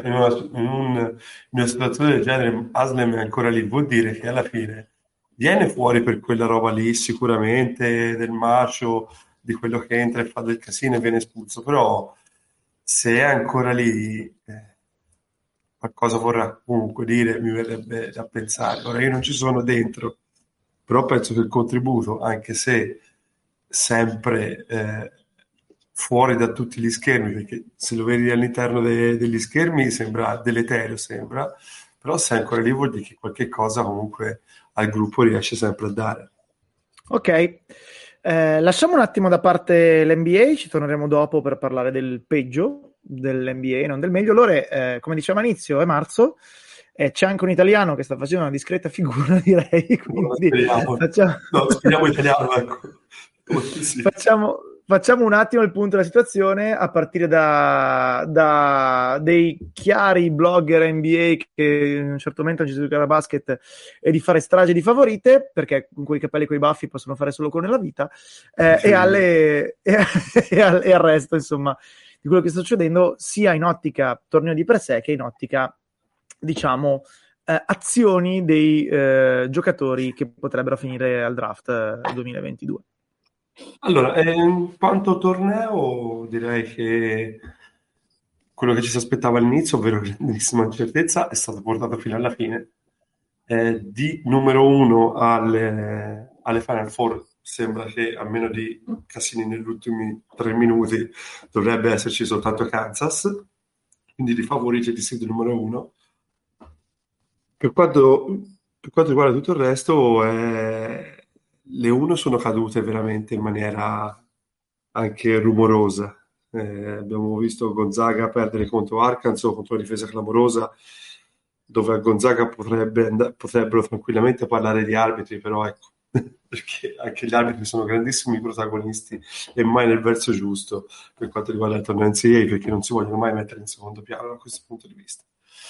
in una situazione del genere Haslem è ancora lì, vuol dire che alla fine viene fuori per quella roba lì sicuramente del macio, di quello che entra e fa del casino e viene espulso, però se è ancora lì qualcosa vorrà comunque dire, mi verrebbe da pensare. Ora io non ci sono dentro, però penso che il contributo, anche se sempre fuori da tutti gli schermi, perché se lo vedi all'interno degli schermi sembra deleterio, però se è ancora lì vuol dire che qualche cosa comunque al gruppo riesce sempre a dare. Ok, lasciamo un attimo da parte l'NBA, ci torneremo dopo per parlare del peggio dell'NBA, non del meglio. Allora, come diceva inizio, è marzo, c'è anche un italiano che sta facendo una discreta figura, direi. Quindi speriamo italiano, ecco. Sì. Facciamo un attimo il punto della situazione a partire da dei chiari blogger NBA che in un certo momento hanno deciso di giocare a basket e di fare strage di favorite, perché con quei capelli e quei baffi possono fare solo quello nella vita, e al resto, insomma, di quello che sta succedendo sia in ottica torneo di per sé che in ottica, diciamo, azioni dei giocatori che potrebbero finire al draft 2022. Allora, in quanto torneo, direi che quello che ci si aspettava all'inizio, ovvero grandissima incertezza, è stato portato fino alla fine. Di numero uno alle Final Four sembra che, a meno di casini negli ultimi 3 minuti, dovrebbe esserci soltanto Kansas, quindi di favoriti di seed numero uno. Per quanto riguarda tutto il resto, le 1 sono cadute veramente in maniera anche rumorosa. Abbiamo visto Gonzaga perdere contro Arkansas, contro una difesa clamorosa, dove a Gonzaga potrebbero tranquillamente parlare di arbitri, però ecco, perché anche gli arbitri sono grandissimi protagonisti e mai nel verso giusto per quanto riguarda il torneo NCAA, perché non si vogliono mai mettere in secondo piano da questo punto di vista.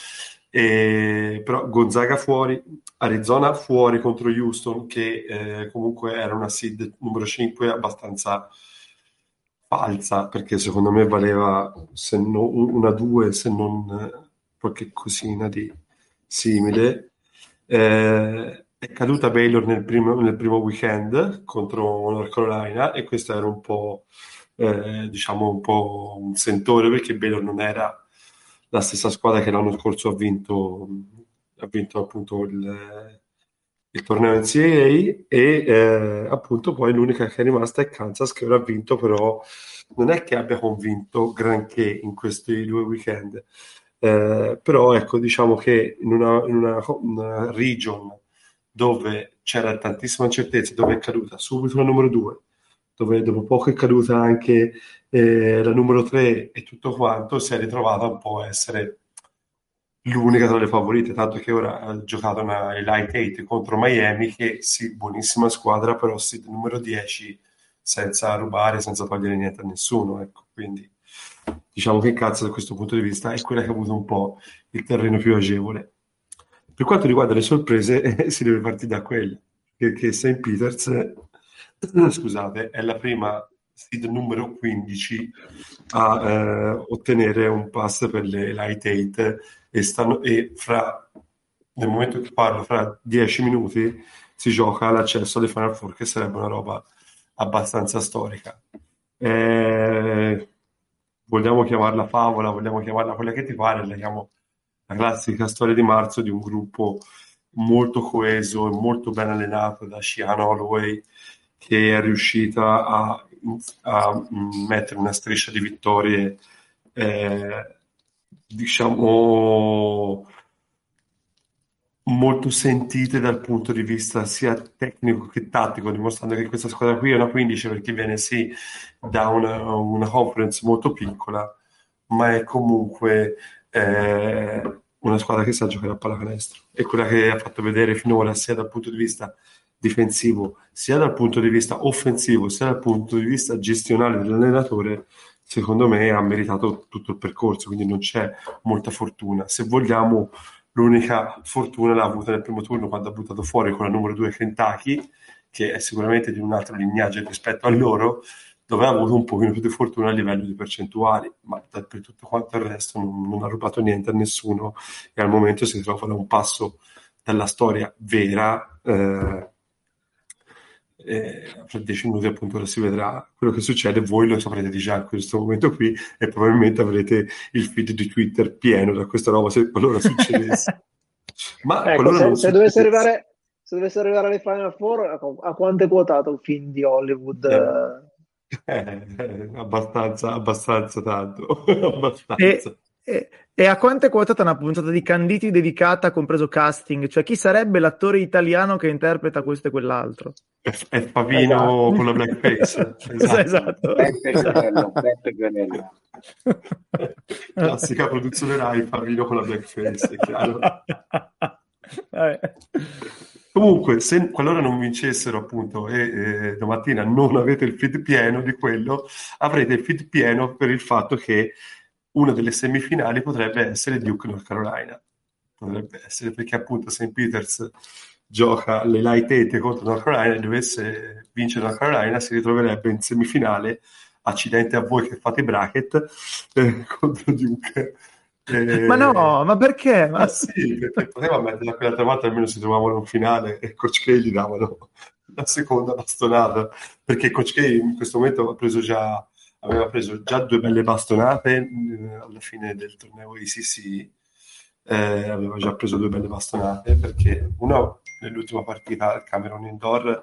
Però Gonzaga fuori, Arizona fuori contro Houston, che comunque era una seed numero 5 abbastanza falsa, perché secondo me valeva se no, una 2, se non qualche cosina di simile. È caduta Baylor nel primo weekend contro North Carolina, e questo era un po', diciamo, un po' un sentore, perché Baylor non era la stessa squadra che l'anno scorso ha vinto appunto il torneo NCAA, e appunto poi l'unica che è rimasta è Kansas, che ora ha vinto, però non è che abbia convinto granché in questi 2 weekend. Però ecco, diciamo che in una region dove c'era tantissima incertezza, dove è caduta subito la numero 2, dove dopo poco è caduta anche la numero 3 e tutto quanto, si è ritrovata un po' a essere l'unica tra le favorite, tanto che ora ha giocato una Elite 8 contro Miami, che sì, buonissima squadra, però sì, numero 10, senza rubare, senza togliere niente a nessuno, ecco. Quindi diciamo che cazzo, da questo punto di vista, è quella che ha avuto un po' il terreno più agevole. Per quanto riguarda le sorprese, si deve partire da quelle, perché St. Peters, scusate, è la prima seed numero 15 a ottenere un pass per le Elite 8, e nel momento che parlo, fra 10 minuti si gioca l'accesso alle Final Four, che sarebbe una roba abbastanza storica. Vogliamo chiamarla favola, vogliamo chiamarla quella che ti pare, la chiamo la classica storia di marzo di un gruppo molto coeso e molto ben allenato da Shiana Holloway, che è riuscita a mettere una striscia di vittorie, diciamo, molto sentite dal punto di vista sia tecnico che tattico, dimostrando che questa squadra qui è una 15, perché viene sì da una conference molto piccola, ma è comunque una squadra che sa giocare a pallacanestro, e quella che ha fatto vedere finora, sia dal punto di vista difensivo, sia dal punto di vista offensivo, sia dal punto di vista gestionale dell'allenatore, secondo me ha meritato tutto il percorso, quindi non c'è molta fortuna. Se vogliamo, l'unica fortuna l'ha avuta nel primo turno, quando ha buttato fuori con la numero 2 Kentucky, che è sicuramente di un altro lignaggio rispetto a loro, dove ha avuto un pochino più di fortuna a livello di percentuali, ma per tutto quanto il resto non ha rubato niente a nessuno, e al momento si trova da un passo dalla storia vera. Fra 10 minuti appunto ora si vedrà quello che succede, voi lo saprete già in questo momento qui, e probabilmente avrete il feed di Twitter pieno da questa roba, se qualora succedesse. Ma ecco, qualora non se dovesse succedesse, arrivare alle Final Four, a quanto è quotato il film di Hollywood? abbastanza tanto, E, abbastanza. e a quanto è quotata una puntata di Canditi dedicata, compreso casting? Cioè, chi sarebbe l'attore italiano che interpreta questo e quell'altro? È Esatto. Favino con la blackface, esatto. Esatto. Beppe Granello, Beppe Granello. Classica produzione Rai, Favino con la blackface, è chiaro. Vabbè. Comunque, qualora non vincessero appunto e domattina non avete il feed pieno di quello, avrete il feed pieno per il fatto che una delle semifinali potrebbe essere Duke North Carolina. Potrebbe essere, perché appunto St. Peters gioca le light 8 contro North Carolina, e dovesse vincere North Carolina si ritroverebbe in semifinale, accidente a voi che fate i bracket, contro Duke. Ma no, ma perché? Ma sì, perché poteva mettere da quell'altra volta, almeno si trovavano in finale, e Coach K gli davano la seconda bastonata, perché Coach K in questo momento aveva preso già 2 belle bastonate alla fine del torneo ACC, aveva già preso 2 belle bastonate, perché una nell'ultima partita al Cameron Indoor,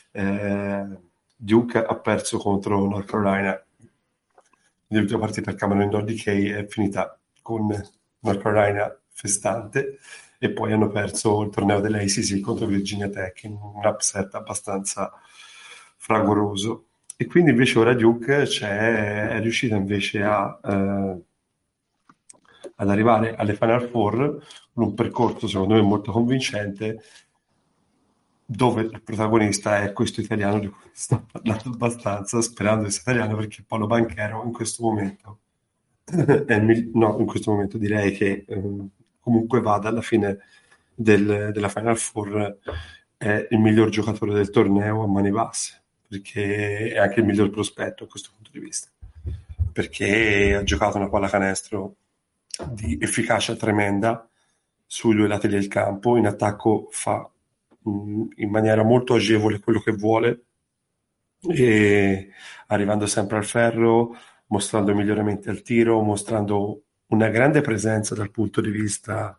Duke ha perso contro North Carolina. L'ultima partita al Cameron Indoor di Kay è finita con North Carolina festante, e poi hanno perso il torneo dell'ACC contro Virginia Tech in un upset abbastanza fragoroso. E quindi invece ora Duke è riuscita invece ad arrivare alle Final Four con un percorso secondo me molto convincente, dove il protagonista è questo italiano di cui sto parlando abbastanza, sperando che sia italiano, perché Paolo Banchero in questo momento no, in questo momento direi che comunque vada alla fine della Final Four, è il miglior giocatore del torneo a mani basse, perché è anche il miglior prospetto a questo punto di vista, perché ha giocato una pallacanestro di efficacia tremenda sui 2 lati del campo, in attacco fa in maniera molto agevole quello che vuole, e arrivando sempre al ferro, mostrando miglioramenti al tiro, mostrando una grande presenza dal punto di vista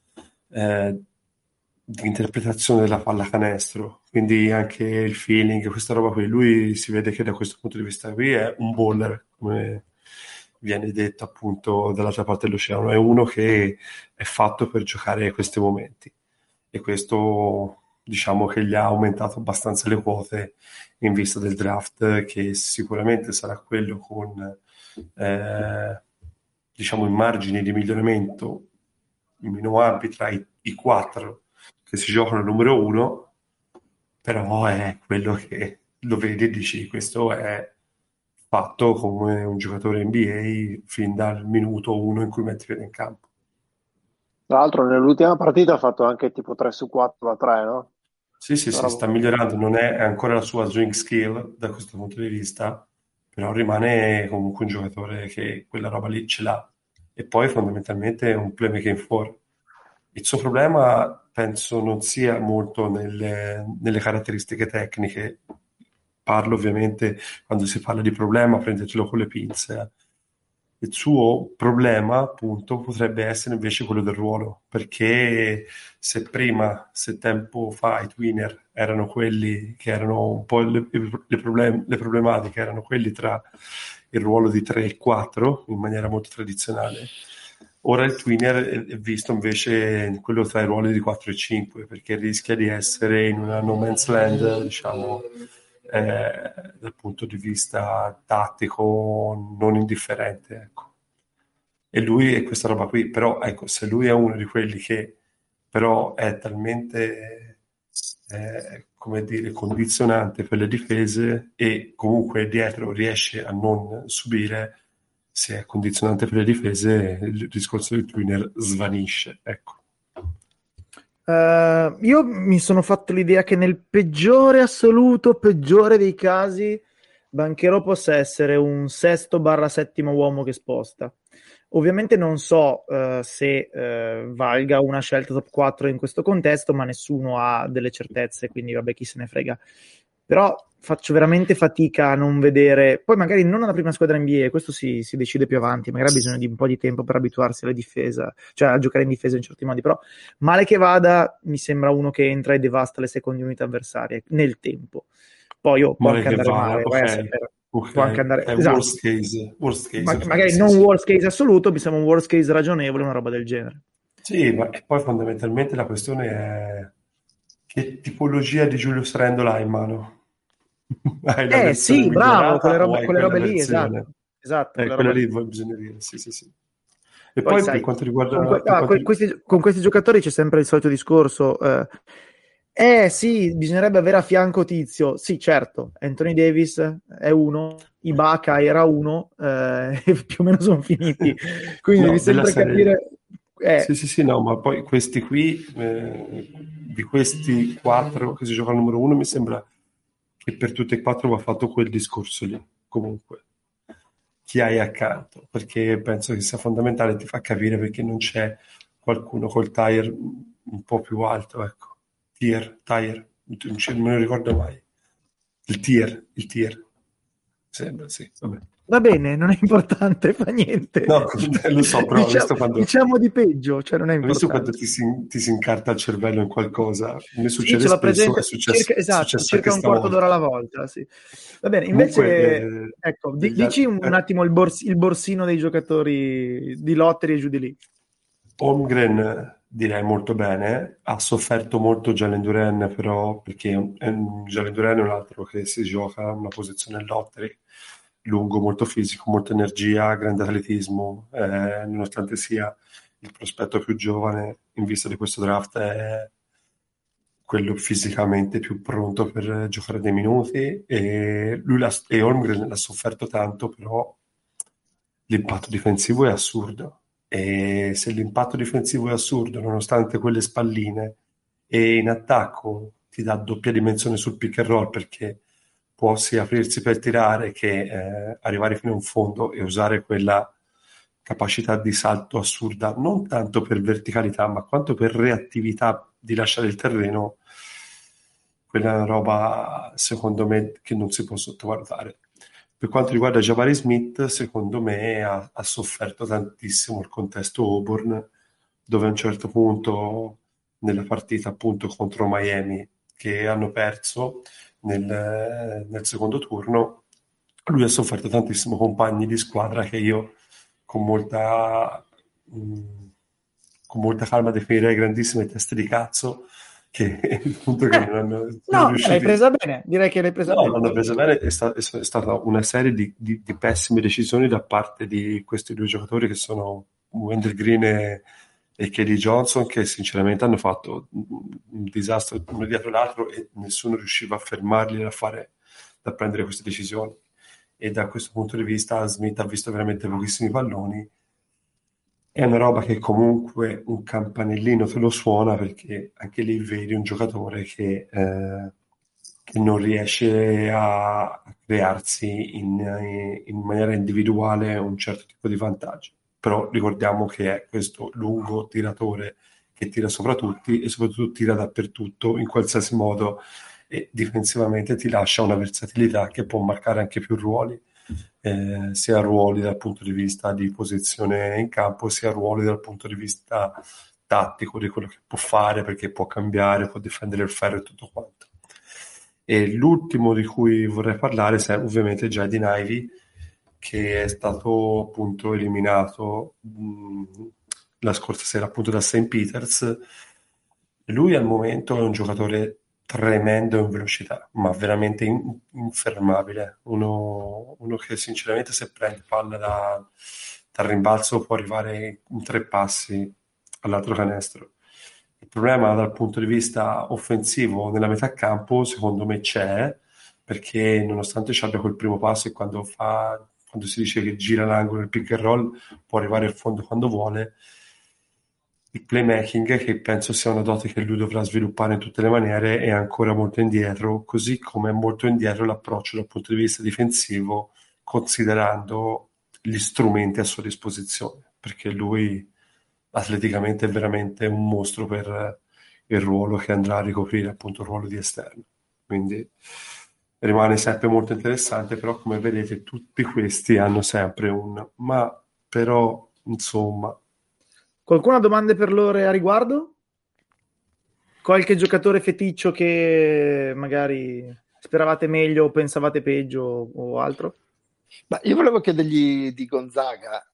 di interpretazione della pallacanestro, quindi anche il feeling, questa roba qui. Lui si vede che da questo punto di vista qui è un baller, come viene detto appunto dall'altra parte dell'oceano, è uno che è fatto per giocare questi momenti, e questo diciamo che gli ha aumentato abbastanza le quote in vista del draft, che sicuramente sarà quello con diciamo i margini di miglioramento meno ampi tra i 4 che si giocano al numero 1, però è quello che lo vedi e dici questo è fatto come un giocatore NBA fin dal minuto 1 in cui mette piede in campo. Tra l'altro nell'ultima partita ha fatto anche tipo 3 su 4 da 3, no? Sì, sta migliorando, non è ancora la sua swing skill da questo punto di vista, però rimane comunque un giocatore che quella roba lì ce l'ha, e poi fondamentalmente è un playmaking four. Il suo problema penso non sia molto nelle caratteristiche tecniche, parlo ovviamente quando si parla di problema, prendetelo con le pinze. Il suo problema, appunto, potrebbe essere invece quello del ruolo, perché se tempo fa i twinner erano quelli che erano un po' le problematiche, erano quelli tra il ruolo di 3 e 4 in maniera molto tradizionale, ora il twinner è visto invece in quello tra i ruoli di 4 e 5, perché rischia di essere in una no man's land, diciamo, dal punto di vista tattico non indifferente, ecco. E lui è questa roba qui, però ecco, se lui è uno di quelli che però è talmente come dire, condizionante per le difese, e comunque dietro riesce a non subire, se è condizionante per le difese il discorso del twinner svanisce, ecco. Io mi sono fatto l'idea che nel peggiore assoluto, peggiore dei casi, Banchero possa essere un 6/7 uomo che sposta. Ovviamente non so se valga una scelta top 4 in questo contesto, ma nessuno ha delle certezze, quindi vabbè, chi se ne frega. Però faccio veramente fatica a non vedere, poi magari non alla prima squadra NBA, questo si decide più avanti, magari ha bisogno di un po' di tempo per abituarsi alla difesa, cioè a giocare in difesa in certi modi, però male che vada mi sembra uno che entra e devasta le seconde unità avversarie nel tempo. Poi può anche andare male, vai a sapere. Può anche andare, esatto. Worst case, magari sì, non sì. worst case assoluto, mi sembra un worst case ragionevole, una roba del genere. Sì, ma poi fondamentalmente la questione è che tipologia di Julius Randle hai in mano? Hai la versione Sì, bravo, migliorata o hai quelle quella robe lì, versione? esatto, quelle Quella robe lì lì. bisogna dire, sì, sì, sì. E Poi poi per sai, quanto riguarda... con questi giocatori c'è sempre il solito discorso. Sì, bisognerebbe avere a fianco Tizio. Sì, certo, Anthony Davis è uno, Ibaka era uno, e più o meno sono finiti. Quindi No, devi della sempre serie... capire... Sì, sì, sì, no, ma poi questi qui, di questi 4 che si giocano al numero 1, mi sembra che per tutti e 4 va fatto quel discorso lì, comunque. Chi hai accanto, perché penso che sia fondamentale, ti fa capire perché non c'è qualcuno col tire un po' più alto, ecco. Tire. non me lo ricordo mai. Il tier. Sembra, sì, vabbè. Va bene, non è importante, fa niente. No, lo so, però diciamo di peggio, cioè non è Hai visto quando importante. ti si incarta il cervello in qualcosa? Mi Sì, succede ce l'ho spesso, presente, è successo anche circa un quarto stavolta. d'ora alla volta, sì. Va bene, Comunque, invece, ecco, dici un attimo il borsino dei giocatori di Lottery e giù di lì. Holmgren direi molto bene, ha sofferto molto Jalen Duren però perché Jalen Duren è un altro che si gioca una posizione Lottery, lungo, molto fisico, molta energia, grande atletismo, nonostante sia il prospetto più giovane in vista di questo draft è quello fisicamente più pronto per giocare dei minuti e Holmgren l'ha sofferto tanto, però l'impatto difensivo è assurdo e se l'impatto difensivo è assurdo nonostante quelle spalline e in attacco ti dà doppia dimensione sul pick and roll perché può sia aprirsi per tirare che arrivare fino a un fondo e usare quella capacità di salto assurda non tanto per verticalità ma quanto per reattività di lasciare il terreno, quella è una roba secondo me che non si può sottovalutare. Per quanto riguarda Jabari Smith, secondo me ha sofferto tantissimo il contesto Auburn, dove a un certo punto nella partita appunto contro Miami, che hanno perso nel secondo turno, lui ha sofferto tantissimo compagni di squadra che io con molta, mh, con molta calma definirei grandissime teste di cazzo, che appunto che non sono No, l'hai riusciti. presa bene, direi che l'hai presa No, bene. l'hanno presa bene, è stata una serie di pessime decisioni da parte di questi due giocatori che sono Wendell Green e Kelly Johnson, che sinceramente hanno fatto un disastro uno dietro l'altro e nessuno riusciva a fermarli da prendere queste decisioni. E da questo punto di vista Smith ha visto veramente pochissimi palloni. È una roba che comunque un campanellino te lo suona perché anche lì vedi un giocatore che non riesce a crearsi in maniera individuale un certo tipo di vantaggio. Però ricordiamo che è questo lungo tiratore che tira sopra tutti e soprattutto tira dappertutto, in qualsiasi modo, e difensivamente ti lascia una versatilità che può marcare anche più ruoli, sia ruoli dal punto di vista di posizione in campo, sia ruoli dal punto di vista tattico, di quello che può fare, perché può cambiare, può difendere il ferro e tutto quanto. E l'ultimo di cui vorrei parlare è ovviamente Jaden Ivey, che è stato appunto eliminato la scorsa sera appunto da St. Peters. Lui al momento è un giocatore tremendo in velocità, ma veramente infermabile. Uno che sinceramente se prende palla dal rimbalzo può arrivare in 3 passi all'altro canestro. Il problema dal punto di vista offensivo nella metà campo secondo me c'è, perché nonostante ci abbia quel primo passo e quando si dice che gira l'angolo il pick and roll può arrivare al fondo quando vuole, il playmaking, che penso sia una dote che lui dovrà sviluppare in tutte le maniere, è ancora molto indietro, così come è molto indietro l'approccio dal punto di vista difensivo, considerando gli strumenti a sua disposizione, perché lui atleticamente è veramente un mostro per il ruolo che andrà a ricoprire, appunto il ruolo di esterno. Quindi rimane sempre molto interessante, però come vedete tutti questi hanno sempre un ma però insomma. Qualcuno ha domande per loro a riguardo? Qualche giocatore feticcio che magari speravate meglio o pensavate peggio o altro? Ma io volevo chiedergli di Gonzaga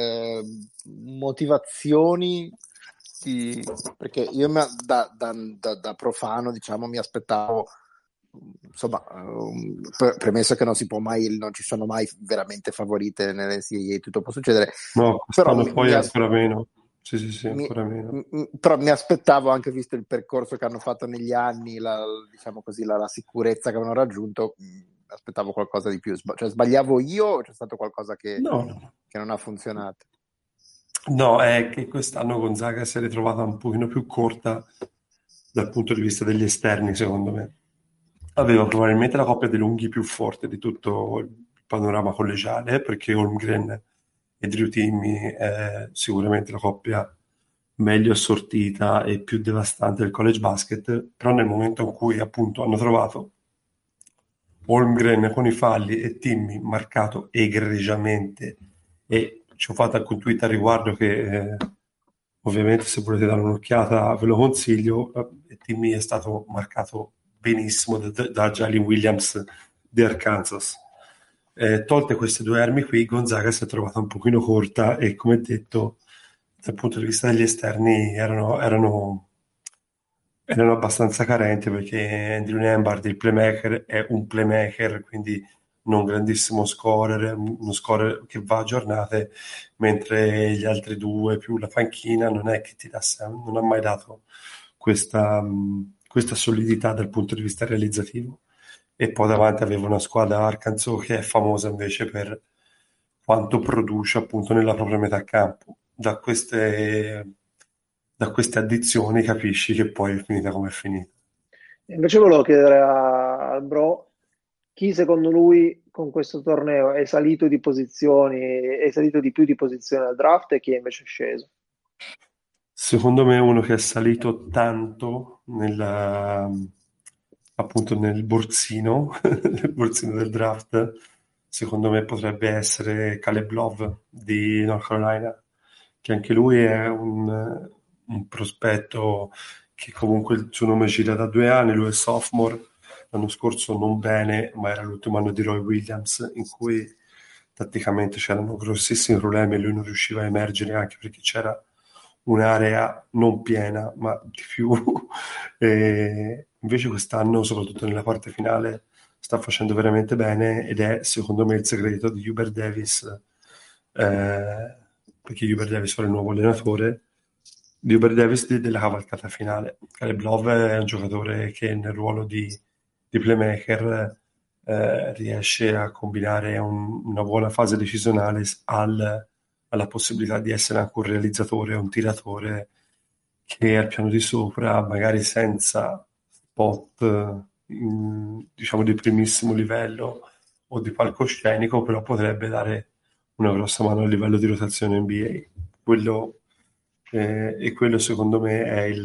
motivazioni perché io da profano diciamo mi aspettavo, insomma, premesso che non ci sono mai veramente favorite nell'NCAA, tutto può succedere, No, però quest'anno poi ancora meno. Sì, mi, ancora meno. però mi aspettavo, anche visto il percorso che hanno fatto negli anni, diciamo così, la sicurezza che avevano raggiunto, mi aspettavo qualcosa di più. Cioè, sbagliavo io o c'è stato qualcosa che No. non ha funzionato? No, è che quest'anno Gonzaga si è ritrovata un pochino più corta dal punto di vista degli esterni, secondo me. Aveva probabilmente la coppia dei lunghi più forte di tutto il panorama collegiale, perché Holmgren e Drew Timme è sicuramente la coppia meglio assortita e più devastante del college basket, però nel momento in cui appunto hanno trovato Holmgren con i falli e Timmy marcato egregiamente, e ci ho fatto anche un tweet a riguardo che ovviamente se volete dare un'occhiata ve lo consiglio. Timmy è stato marcato benissimo da Jalen Williams di Arkansas. Tolte queste due armi qui, Gonzaga si è trovata un pochino corta e, come detto, dal punto di vista degli esterni erano abbastanza carenti, perché Andrew Nembhard, il playmaker, è un playmaker, quindi non grandissimo scorer, uno scorer che va a giornate, mentre gli altri due più la panchina non è che ti dà non ha mai dato questa solidità dal punto di vista realizzativo. E poi davanti avevo una squadra Arkansas che è famosa invece per quanto produce appunto nella propria metà campo. Da queste addizioni capisci che poi è finita come è finita. Invece volevo chiedere al bro chi secondo lui con questo torneo è salito di posizioni, è salito di più di posizioni al draft e chi è invece sceso. Secondo me uno che è salito tanto appunto nel borsino, nel borsino del draft, secondo me potrebbe essere Caleb Love di North Carolina, che anche lui è un prospetto che comunque il suo nome gira da 2 anni, lui è sophomore, l'anno scorso non bene, ma era l'ultimo anno di Roy Williams, in cui tatticamente c'erano grossissimi problemi e lui non riusciva a emergere, anche perché c'era un'area non piena, ma di più. E invece quest'anno, soprattutto nella parte finale, sta facendo veramente bene ed è secondo me il segreto di Hubert Davis, perché Hubert Davis è il nuovo allenatore di Hubert Davis della cavalcata finale. Caleb Love è un giocatore che nel ruolo di playmaker riesce a combinare una buona fase decisionale alla possibilità di essere anche un realizzatore, un tiratore che al piano di sopra, magari senza spot diciamo di primissimo livello o di palcoscenico, però potrebbe dare una grossa mano a livello di rotazione NBA. E quello secondo me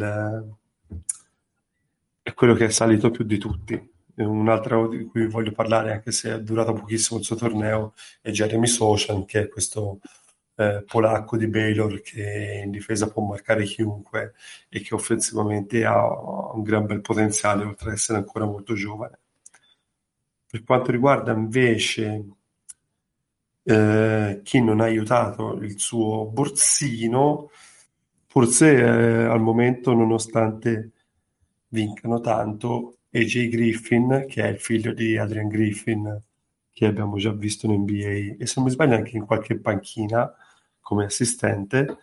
è quello che è salito più di tutti. Un altro di cui voglio parlare, anche se è durato pochissimo il suo torneo, è Jeremy Sochan, che è questo polacco di Baylor che in difesa può marcare chiunque e che offensivamente ha un gran bel potenziale, oltre ad essere ancora molto giovane. Per quanto riguarda invece chi non ha aiutato il suo borsino, forse al momento, nonostante vincano tanto, AJ Griffin, che è il figlio di Adrian Griffin, che abbiamo già visto in NBA, e se non mi sbaglio anche in qualche panchina come assistente,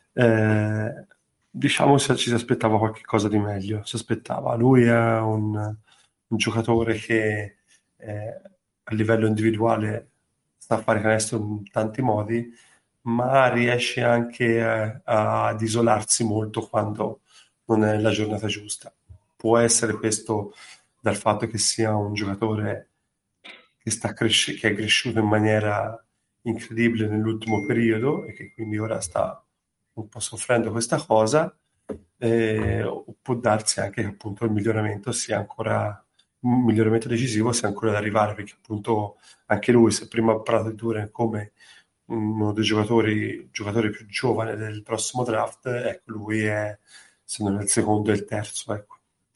diciamo se ci si aspettava qualche cosa di meglio. Si aspettava. Lui è un giocatore che a livello individuale sa fare canestro in tanti modi, ma riesce anche ad isolarsi molto quando non è la giornata giusta. Può essere questo dal fatto che sia un giocatore che è cresciuto in maniera incredibile nell'ultimo periodo e che quindi ora sta un po' soffrendo questa cosa, o può darsi anche che appunto un miglioramento decisivo sia ancora da arrivare, perché appunto anche lui, se prima ha parlato di Duren come uno dei giocatori più giovani del prossimo draft, ecco, lui è, se non è il secondo, è il terzo, ecco.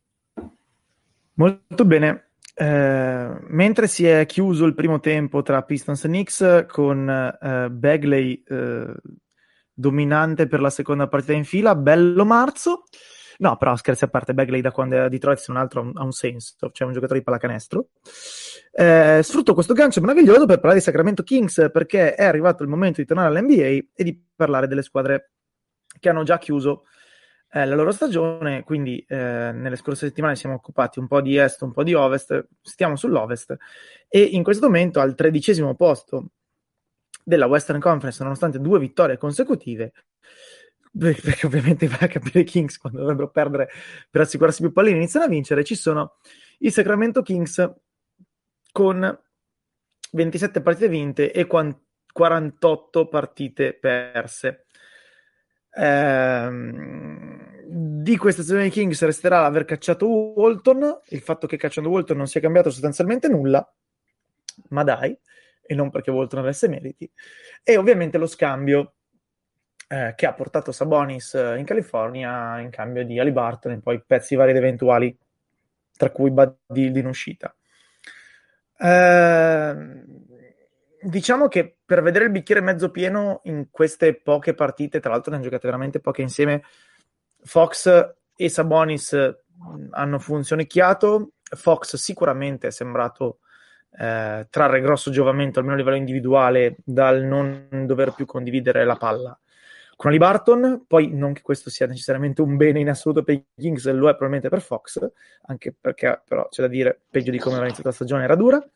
Molto bene. Mentre si è chiuso il primo tempo tra Pistons e Knicks con Bagley dominante per la seconda partita in fila, bello marzo. No, però scherzi a parte, Bagley da quando è a Detroit, se non altro ha un senso, cioè un giocatore di pallacanestro. Sfrutto questo gancio meraviglioso per parlare di Sacramento Kings, perché è arrivato il momento di tornare all'NBA e di parlare delle squadre che hanno già chiuso la loro stagione. Quindi nelle scorse settimane siamo occupati un po' di est, un po' di ovest, stiamo sull'ovest e in questo momento al 13° posto della Western Conference, nonostante 2 vittorie consecutive, perché ovviamente vai a capire i Kings quando dovrebbero perdere per assicurarsi più palline iniziano a vincere, ci sono i Sacramento Kings con 27 partite vinte e 48 partite perse. Di questa stagione dei Kings resterà l'aver cacciato Walton, il fatto che cacciando Walton non sia cambiato sostanzialmente nulla, ma dai, e non perché Walton avesse meriti, e ovviamente lo scambio che ha portato Sabonis in California in cambio di Haliburton e poi pezzi vari ed eventuali, tra cui Bud Hield in uscita. Diciamo che per vedere il bicchiere mezzo pieno in queste poche partite, tra l'altro ne hanno giocate veramente poche insieme, Fox e Sabonis hanno funzionecchiato. Fox sicuramente è sembrato trarre grosso giovamento, almeno a livello individuale, dal non dover più condividere la palla con Haliburton. Poi non che questo sia necessariamente un bene in assoluto per i Kings, lo è probabilmente per Fox, anche perché però c'è da dire, peggio di come aveva iniziato la stagione era dura.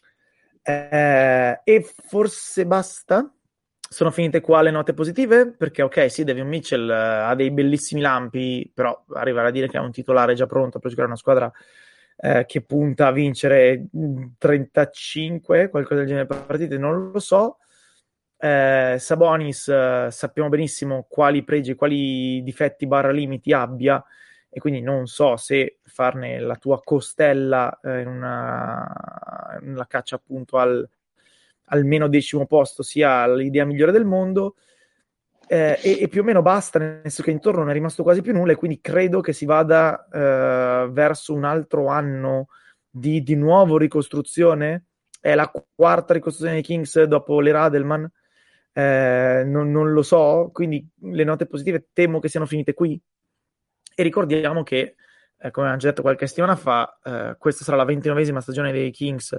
E forse basta. Sono finite qua le note positive, perché ok, sì, Davion Mitchell ha dei bellissimi lampi, però arrivare a dire che è un titolare già pronto per giocare una squadra che punta a vincere 35, qualcosa del genere per partite, non lo so. Sabonis sappiamo benissimo quali pregi, quali difetti barra limiti abbia, e quindi non so se farne la tua costella nella caccia appunto al meno 10° posto sia l'idea migliore del mondo, e più o meno basta, nel senso che intorno non è rimasto quasi più nulla, e quindi credo che si vada verso un altro anno di nuovo ricostruzione. È la quarta ricostruzione dei Kings dopo l'era Adelman. Non lo so, quindi le note positive temo che siano finite qui. E ricordiamo che, come abbiamo già detto qualche settimana fa, questa sarà la 29esima stagione dei Kings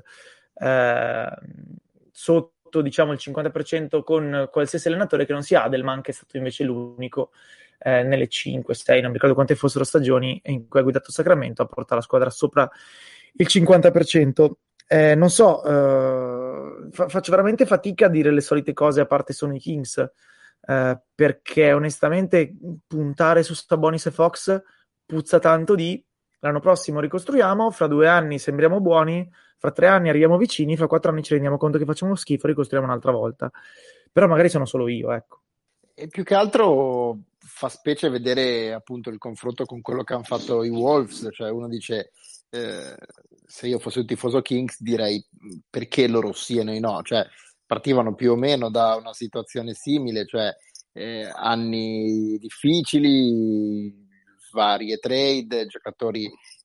sotto, diciamo, il 50% con qualsiasi allenatore che non sia Adelman, che è stato invece l'unico nelle 5-6, non mi ricordo quante fossero stagioni in cui ha guidato Sacramento a portare la squadra sopra il 50%. Non so, faccio veramente fatica a dire le solite cose, a parte sono i Kings, perché onestamente puntare su Sabonis e Fox puzza tanto di l'anno prossimo ricostruiamo, fra 2 anni sembriamo buoni, fra 3 anni arriviamo vicini, fra 4 anni ci rendiamo conto che facciamo schifo, ricostruiamo un'altra volta. Però magari sono solo io, ecco. E più che altro fa specie vedere appunto il confronto con quello che hanno fatto i Wolves, cioè uno dice se io fossi un tifoso Kings direi perché loro sì e noi no, cioè partivano più o meno da una situazione simile, cioè anni difficili, varie trade, giocatori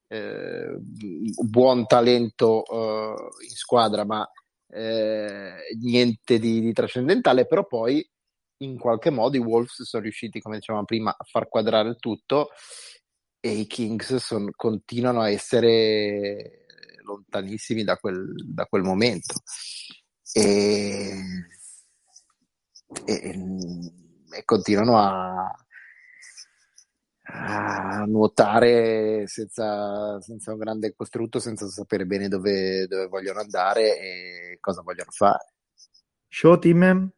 buon talento in squadra, ma niente di trascendentale, però poi in qualche modo i Wolves sono riusciti, come dicevamo prima, a far quadrare il tutto, e i Kings continuano a essere lontanissimi da quel momento. E continuano a nuotare senza un grande costrutto, senza sapere bene dove vogliono andare e cosa vogliono fare. Show team?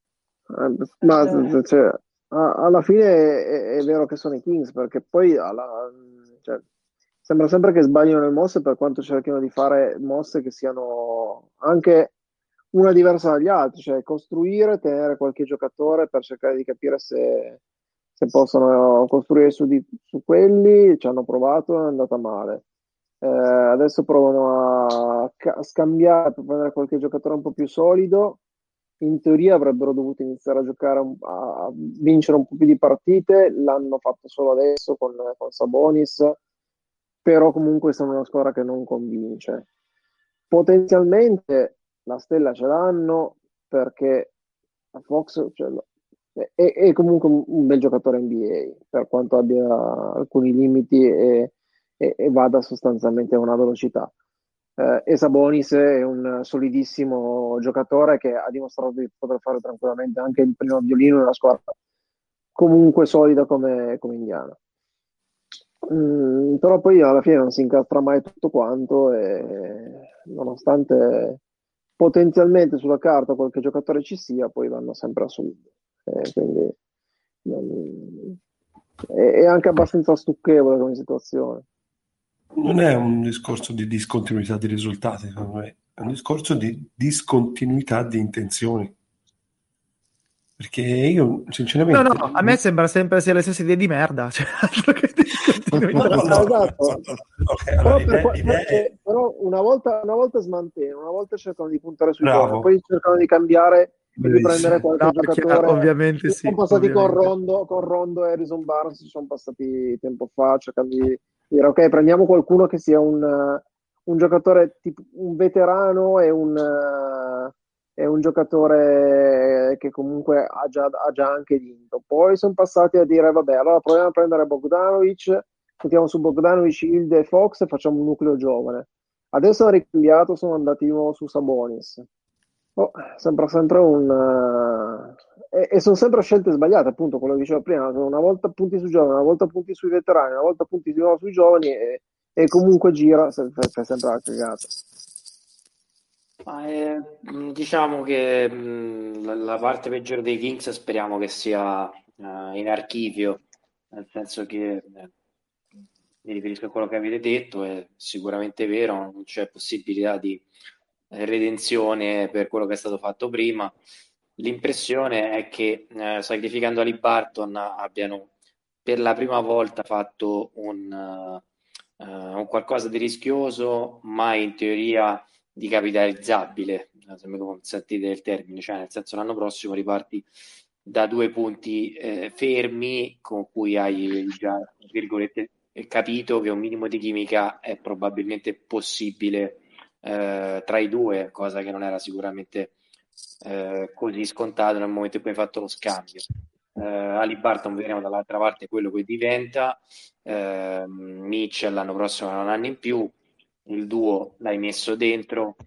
Ma cioè, alla fine è vero che sono i Kings, perché poi cioè, sembra sempre che sbagliano le mosse, per quanto cerchino di fare mosse che siano anche una diversa dagli altri, cioè costruire, tenere qualche giocatore per cercare di capire se possono costruire su quelli. Ci hanno provato, è andata male. Adesso provano a scambiare per prendere qualche giocatore un po' più solido. In teoria avrebbero dovuto iniziare a giocare, a vincere un po' più di partite, l'hanno fatto solo adesso con Sabonis, però comunque sono una squadra che non convince. Potenzialmente la stella ce l'hanno, perché a Fox, cioè, è comunque un bel giocatore NBA, per quanto abbia alcuni limiti e vada sostanzialmente a una velocità. E Sabonis è un solidissimo giocatore che ha dimostrato di poter fare tranquillamente anche il primo violino nella squadra comunque solida come Indiana. Però poi alla fine non si incastra mai tutto quanto, e nonostante potenzialmente sulla carta qualche giocatore ci sia, poi vanno sempre a sud. Quindi è anche abbastanza stucchevole come situazione. Non è un discorso di discontinuità di risultati, secondo me, è un discorso di discontinuità di intenzioni. Perché io sinceramente No, a me sembra sempre sia le stesse idee di merda, cioè altro che di continuità. Esatto. Ok, allora, Però una volta smantengono, una volta cercano di puntare sui Bravo. giovani, poi cercano di cambiare e di prendere qualche No, giocatore. ovviamente sì. Sono passati ovviamente. con Rondo e Harrison Barnes, sono passati tempo fa, cercando di dire ok, prendiamo qualcuno che sia un giocatore tipo un veterano e un giocatore che comunque ha già anche vinto. Poi sono passati a dire vabbè, allora proviamo a prendere Bogdanovic, mettiamo su Bogdanovic, Hilde e Fox e facciamo un nucleo giovane. Adesso hanno ricambiato, sono andati di nuovo su Sabonis. Oh, sembra sempre e sono sempre scelte sbagliate, appunto, quello che dicevo prima, una volta punti sui giovani, una volta punti sui veterani, una volta punti di nuovo sui giovani e comunque gira, fa sempre la cagata. Diciamo che la parte peggiore dei Kings speriamo che sia in archivio, nel senso che mi riferisco a quello che avete detto, è sicuramente vero, non c'è possibilità di redenzione per quello che è stato fatto prima. L'impressione è che sacrificando Ali Barton abbiano per la prima volta fatto un qualcosa di rischioso, ma in teoria di capitalizzabile, se mi consentite il termine, cioè nel senso l'anno prossimo riparti da 2 punti fermi con cui hai già, tra virgolette, capito che un minimo di chimica è probabilmente possibile tra i due, cosa che non era sicuramente così scontato nel momento in cui hai fatto lo scambio. Ali Barton vedremo dall'altra parte quello che diventa. Mitchell l'anno prossimo ha un anno in più, il duo l'hai messo dentro.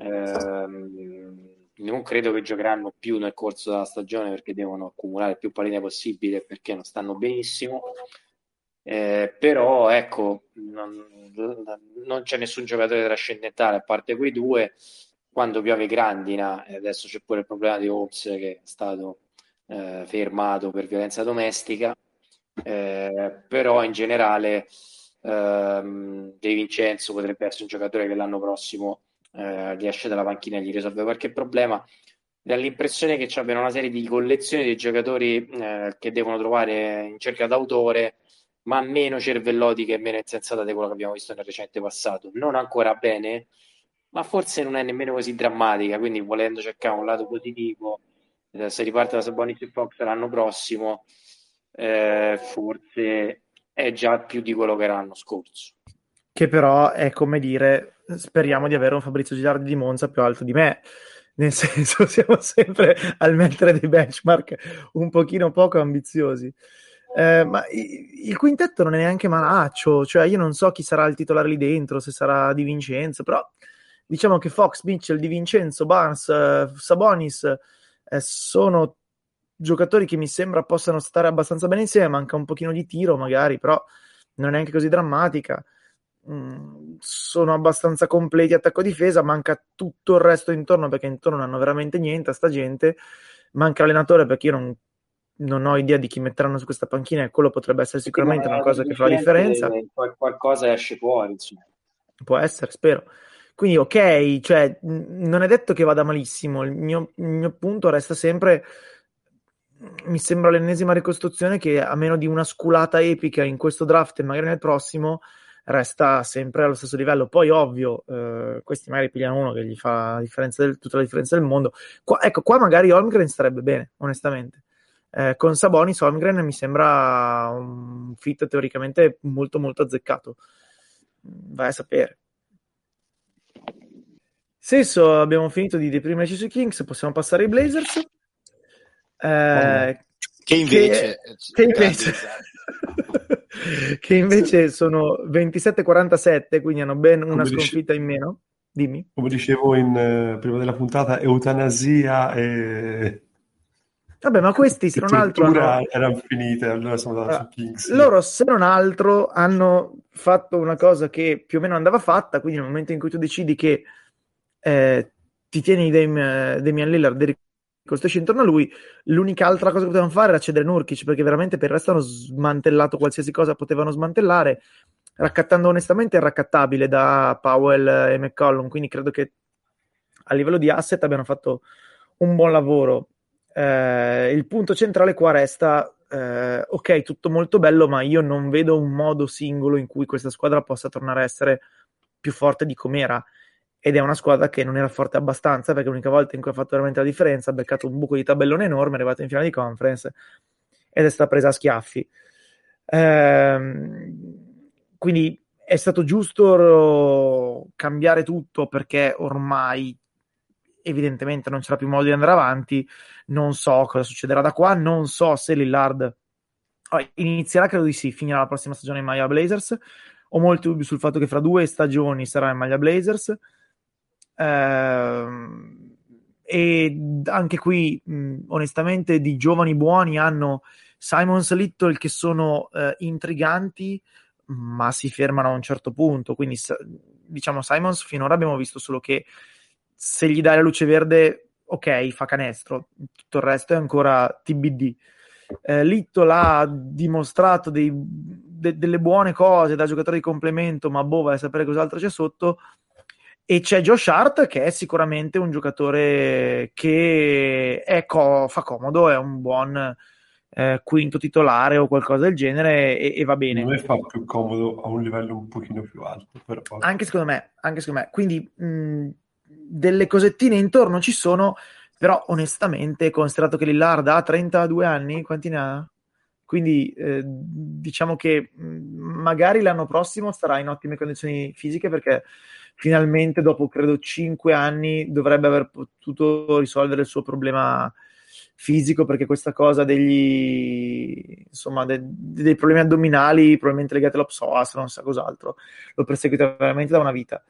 Non credo che giocheranno più nel corso della stagione perché devono accumulare più palline possibile perché non stanno benissimo. Però ecco, non c'è nessun giocatore trascendentale a parte quei due. Quando piove grandina, e adesso c'è pure il problema di Holmes che è stato fermato per violenza domestica. Però in generale De Vincenzo potrebbe essere un giocatore che l'anno prossimo riesce dalla panchina e gli risolve qualche problema. Dall'impressione che ci abbiano una serie di collezioni di giocatori che devono trovare in cerca d'autore, ma meno cervellotiche e meno insensate di quello che abbiamo visto nel recente passato. Non ancora bene, ma forse non è nemmeno così drammatica, quindi volendo cercare un lato positivo, se riparte da Sabonis e Fox l'anno prossimo, forse è già più di quello che era l'anno scorso. Che però è come dire, speriamo di avere un Fabrizio Gilardi di Monza più alto di me, nel senso siamo sempre al mettere dei benchmark un pochino poco ambiziosi. Ma il quintetto non è neanche malaccio, cioè io non so chi sarà il titolare lì dentro, se sarà Di Vincenzo, però diciamo che Fox, Mitchell, Di Vincenzo, Barnes, Sabonis sono giocatori che mi sembra possano stare abbastanza bene insieme, manca un pochino di tiro magari, però non è neanche così drammatica. Sono abbastanza completi attacco-difesa, manca tutto il resto intorno perché intorno non hanno veramente niente a sta gente, manca l'allenatore perché io non ho idea di chi metteranno su questa panchina e quello potrebbe essere sicuramente una cosa che fa la differenza. Qualcosa esce fuori, insomma. Può essere, spero. Quindi ok, cioè non è detto che vada malissimo, il mio punto resta sempre, mi sembra l'ennesima ricostruzione che a meno di una sculata epica in questo draft e magari nel prossimo resta sempre allo stesso livello. Poi ovvio, questi magari pigliano uno che gli fa tutta la differenza del mondo. Qua magari Holmgren starebbe bene, onestamente. Con Sabonis Holmgren mi sembra un fit teoricamente molto molto azzeccato. Vai a sapere. Se adesso abbiamo finito di deprimerci sui Kings, possiamo passare ai Blazers. Che invece che invece sono 27-47, quindi hanno ben una sconfitta in meno. Dimmi. Come dicevo prima della puntata, eutanasia e... Vabbè, ma questi se non altro erano finite, allora sono andato su Kings. Loro se non altro hanno fatto una cosa che più o meno andava fatta, quindi nel momento in cui tu decidi che ti tieni Damian Lillard e costruisci intorno a lui, l'unica altra cosa che potevano fare era cedere Nurkic, perché veramente per il resto hanno smantellato qualsiasi cosa potevano smantellare, raccattando onestamente il raccattabile da Powell e McCollum, quindi credo che a livello di asset abbiano fatto un buon lavoro. Il punto centrale qua resta, ok, tutto molto bello, ma io non vedo un modo singolo in cui questa squadra possa tornare a essere più forte di com'era. Ed è una squadra che non era forte abbastanza, perché l'unica volta in cui ha fatto veramente la differenza ha beccato un buco di tabellone enorme, è arrivato in finale di conference ed è stata presa a schiaffi. Quindi è stato giusto cambiare tutto, perché ormai evidentemente non c'era più modo di andare avanti. Non so cosa succederà da qua, non so se Lillard inizierà, credo di sì, finirà la prossima stagione in maglia Blazers. Ho molti dubbi sul fatto che fra 2 stagioni sarà in maglia Blazers. E anche qui, onestamente, di giovani buoni hanno Simons, Little, che sono intriganti, ma si fermano a un certo punto. Quindi, diciamo, Simons finora abbiamo visto solo che se gli dai la luce verde, ok, fa canestro, tutto il resto è ancora TBD. Little ha dimostrato delle buone cose da giocatore di complemento, ma vai a sapere cos'altro c'è sotto. E c'è Josh Hart, che è sicuramente un giocatore che fa comodo, è un buon quinto titolare o qualcosa del genere, e va bene. A me fa più comodo a un livello un pochino più alto, però. Anche secondo me. Quindi delle cosettine intorno ci sono, però onestamente, considerato che Lillard ha 32 anni, quanti ne ha? Quindi diciamo che magari l'anno prossimo starà in ottime condizioni fisiche, perché finalmente dopo credo 5 anni dovrebbe aver potuto risolvere il suo problema fisico, perché questa cosa dei problemi addominali probabilmente legati allo psoas, non so cos'altro, lo perseguita veramente da una vita.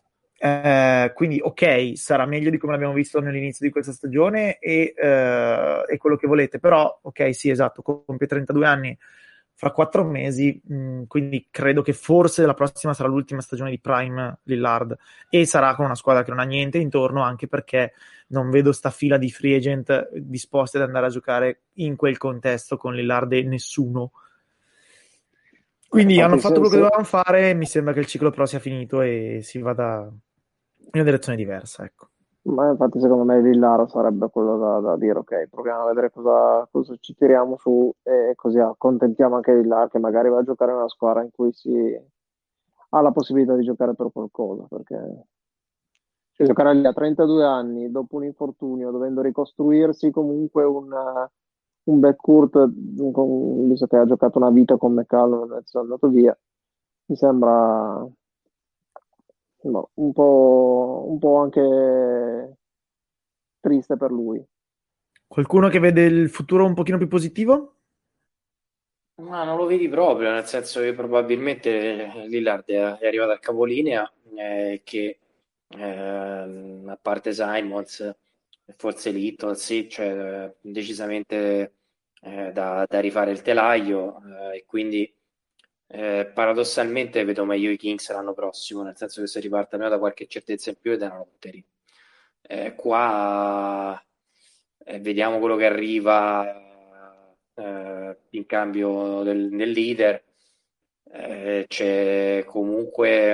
Quindi ok, sarà meglio di come l'abbiamo visto nell'inizio di questa stagione e quello che volete, però ok, sì, esatto, compie 32 anni fra 4 mesi, quindi credo che forse la prossima sarà l'ultima stagione di Prime Lillard, e sarà con una squadra che non ha niente intorno, anche perché non vedo sta fila di free agent disposti ad andare a giocare in quel contesto con Lillard e nessuno. Quindi Infatti, hanno fatto quello che dovevano fare, mi sembra che il ciclo però sia finito e si vada in una direzione diversa, ecco. Ma infatti secondo me Lillard sarebbe quello da dire, ok, proviamo a vedere cosa ci tiriamo su, e così accontentiamo anche Lillard, che magari va a giocare in una squadra in cui si ha la possibilità di giocare per qualcosa, perché cioè, giocare lì a 32 anni dopo un infortunio, dovendo ricostruirsi comunque un backcourt, visto che ha giocato una vita con McCallum e adesso è andato via, mi sembra no, un po' anche triste per lui. Qualcuno che vede il futuro un pochino più positivo? Ma non lo vedi proprio, nel senso che probabilmente Lillard è arrivato al capolinea, che a parte Simons e forse Little, sì, cioè decisamente da rifare il telaio, e quindi paradossalmente vedo meglio i Kings l'anno prossimo, nel senso che se riparte almeno da qualche certezza in più e da una lotteria. Qua vediamo quello che arriva in cambio del leader. C'è comunque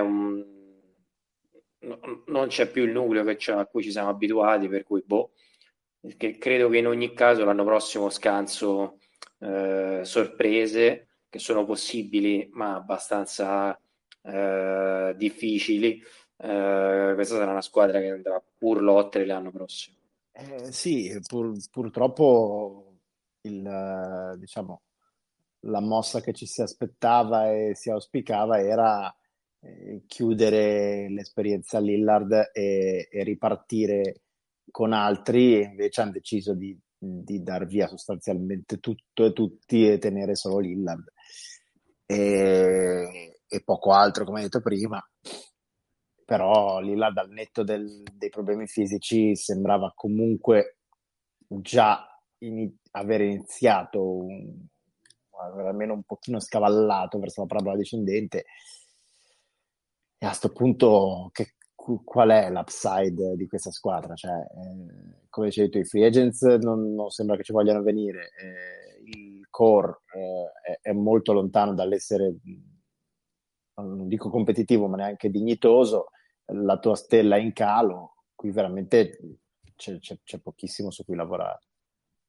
non c'è più il nucleo a cui ci siamo abituati, per cui perché credo che in ogni caso l'anno prossimo scanso sorprese che sono possibili ma abbastanza difficili. Questa sarà una squadra che andrà pur lottere l'anno prossimo. Sì, purtroppo diciamo, la mossa che ci si aspettava e si auspicava era chiudere l'esperienza Lillard e ripartire con altri, e invece hanno deciso di dar via sostanzialmente tutto e tutti e tenere solo Lillard. E poco altro, come hai detto prima. Però Lillard, al netto dei problemi fisici, sembrava comunque già aver iniziato almeno un pochino scavallato verso la parabola discendente. E a questo punto qual è l'upside di questa squadra? Cioè, come dicevi tu, i free agents non sembra che ci vogliano venire, il core è molto lontano dall'essere, non dico competitivo, ma neanche dignitoso. La tua stella è in calo, qui veramente c'è pochissimo su cui lavorare.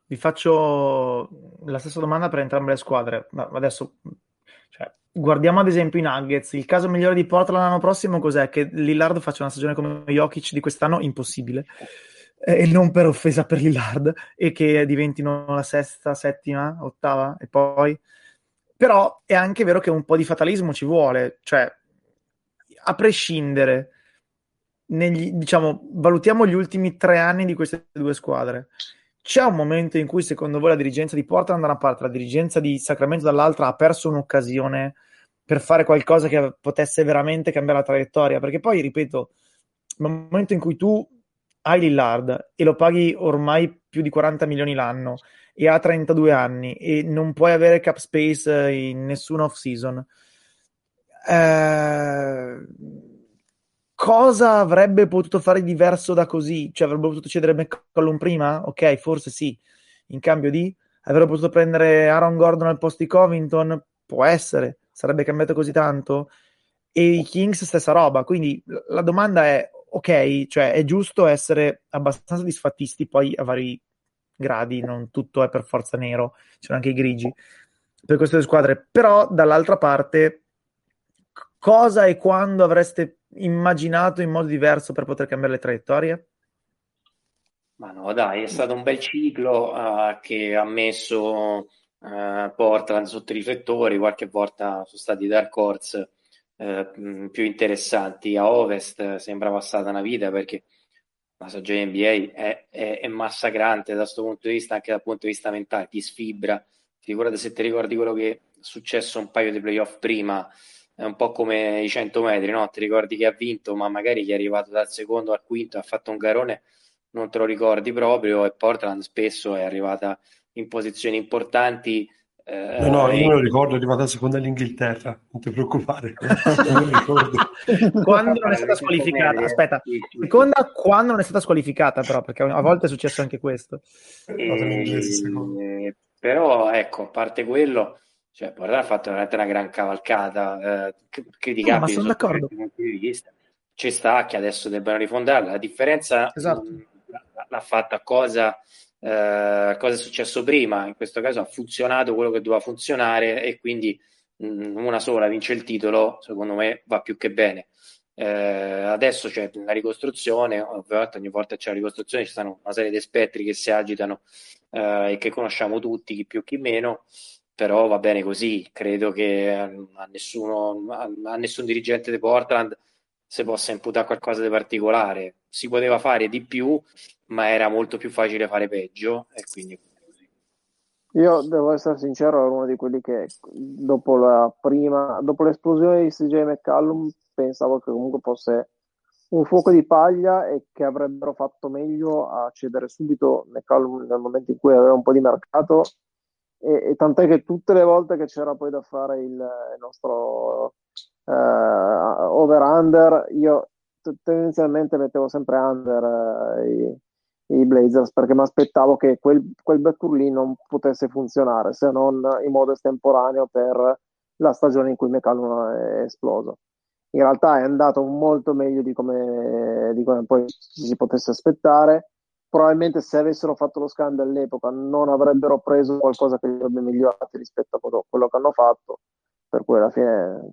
vi faccio la stessa domanda per entrambe le squadre, ma adesso cioè, guardiamo ad esempio i Nuggets. Il caso migliore di Portland l'anno prossimo cos'è? Che Lillard faccia una stagione come Jokic di quest'anno? Impossibile. E non per offesa per Lillard, e che diventino la sesta, settima, ottava, e poi... Però è anche vero che un po' di fatalismo ci vuole, cioè, a prescindere, diciamo, valutiamo gli ultimi 3 anni di queste due squadre. C'è un momento in cui secondo voi la dirigenza di Portland da una parte, la dirigenza di Sacramento dall'altra ha perso un'occasione per fare qualcosa che potesse veramente cambiare la traiettoria? Perché poi, ripeto, nel momento in cui tu hai Lillard e lo paghi ormai più di 40 milioni l'anno e ha 32 anni e non puoi avere cap space in nessuna off-season, cosa avrebbe potuto fare diverso da così? Cioè, avrebbe potuto cedere McCollum prima? Ok, forse sì. In cambio di... avrebbe potuto prendere Aaron Gordon al posto di Covington? Può essere. Sarebbe cambiato così tanto? E i Kings stessa roba. Quindi la domanda è, ok, cioè è giusto essere abbastanza disfattisti poi a vari gradi, non tutto è per forza nero, ci sono anche i grigi per queste due squadre, però dall'altra parte cosa e quando avreste immaginato in modo diverso per poter cambiare le traiettorie? Ma no, dai, è stato un bel ciclo che ha messo Portland sotto i riflettori. Qualche volta sono stati dark horse più interessanti. A Ovest sembra passata una vita, perché la stagione NBA è massacrante da questo punto di vista, anche dal punto di vista mentale, ti sfibra. Figurate se ti ricordi quello che è successo un paio di playoff prima, è un po' come i 100 metri, no? Ti ricordi che ha vinto, ma magari gli è arrivato dal secondo al quinto, ha fatto un garone, non te lo ricordi proprio, e Portland spesso è arrivata in posizioni importanti. No, io me lo ricordo, è arrivata seconda l'Inghilterra, non ti preoccupare. Me lo ricordo. Quando non è stata squalificata, aspetta, seconda quando non è stata squalificata, però, perché a volte è successo anche questo. Però ecco, a parte quello, cioè, Portland ha fatto veramente una gran cavalcata, criticabile ma sono sotto d'accordo. certi punti di vista. Ci sta che adesso debbano rifondarla. La differenza Esatto. l'ha fatta cosa è successo prima. In questo caso ha funzionato quello che doveva funzionare, e quindi una sola vince il titolo, secondo me va più che bene. Adesso c'è la ricostruzione, ovviamente ogni volta c'è la ricostruzione ci sono una serie di spettri che si agitano e che conosciamo tutti, chi più chi meno, però va bene così. Credo che a nessun dirigente di Portland si possa imputare qualcosa di particolare. Si poteva fare di più, ma era molto più facile fare peggio, e quindi così. Io devo essere sincero, ero uno di quelli che dopo l'esplosione di CJ McCallum pensavo che comunque fosse un fuoco di paglia e che avrebbero fatto meglio a cedere subito McCallum nel momento in cui aveva un po' di mercato, e tant'è che tutte le volte che c'era poi da fare il nostro over-under, io tendenzialmente mettevo sempre under i Blazers, perché mi aspettavo che quel backcourt lì non potesse funzionare se non in modo estemporaneo per la stagione in cui McCallum è esploso. In realtà è andato molto meglio di come poi si potesse aspettare. Probabilmente se avessero fatto lo scambio all'epoca non avrebbero preso qualcosa che li avrebbe migliorati rispetto a quello che hanno fatto, per cui alla fine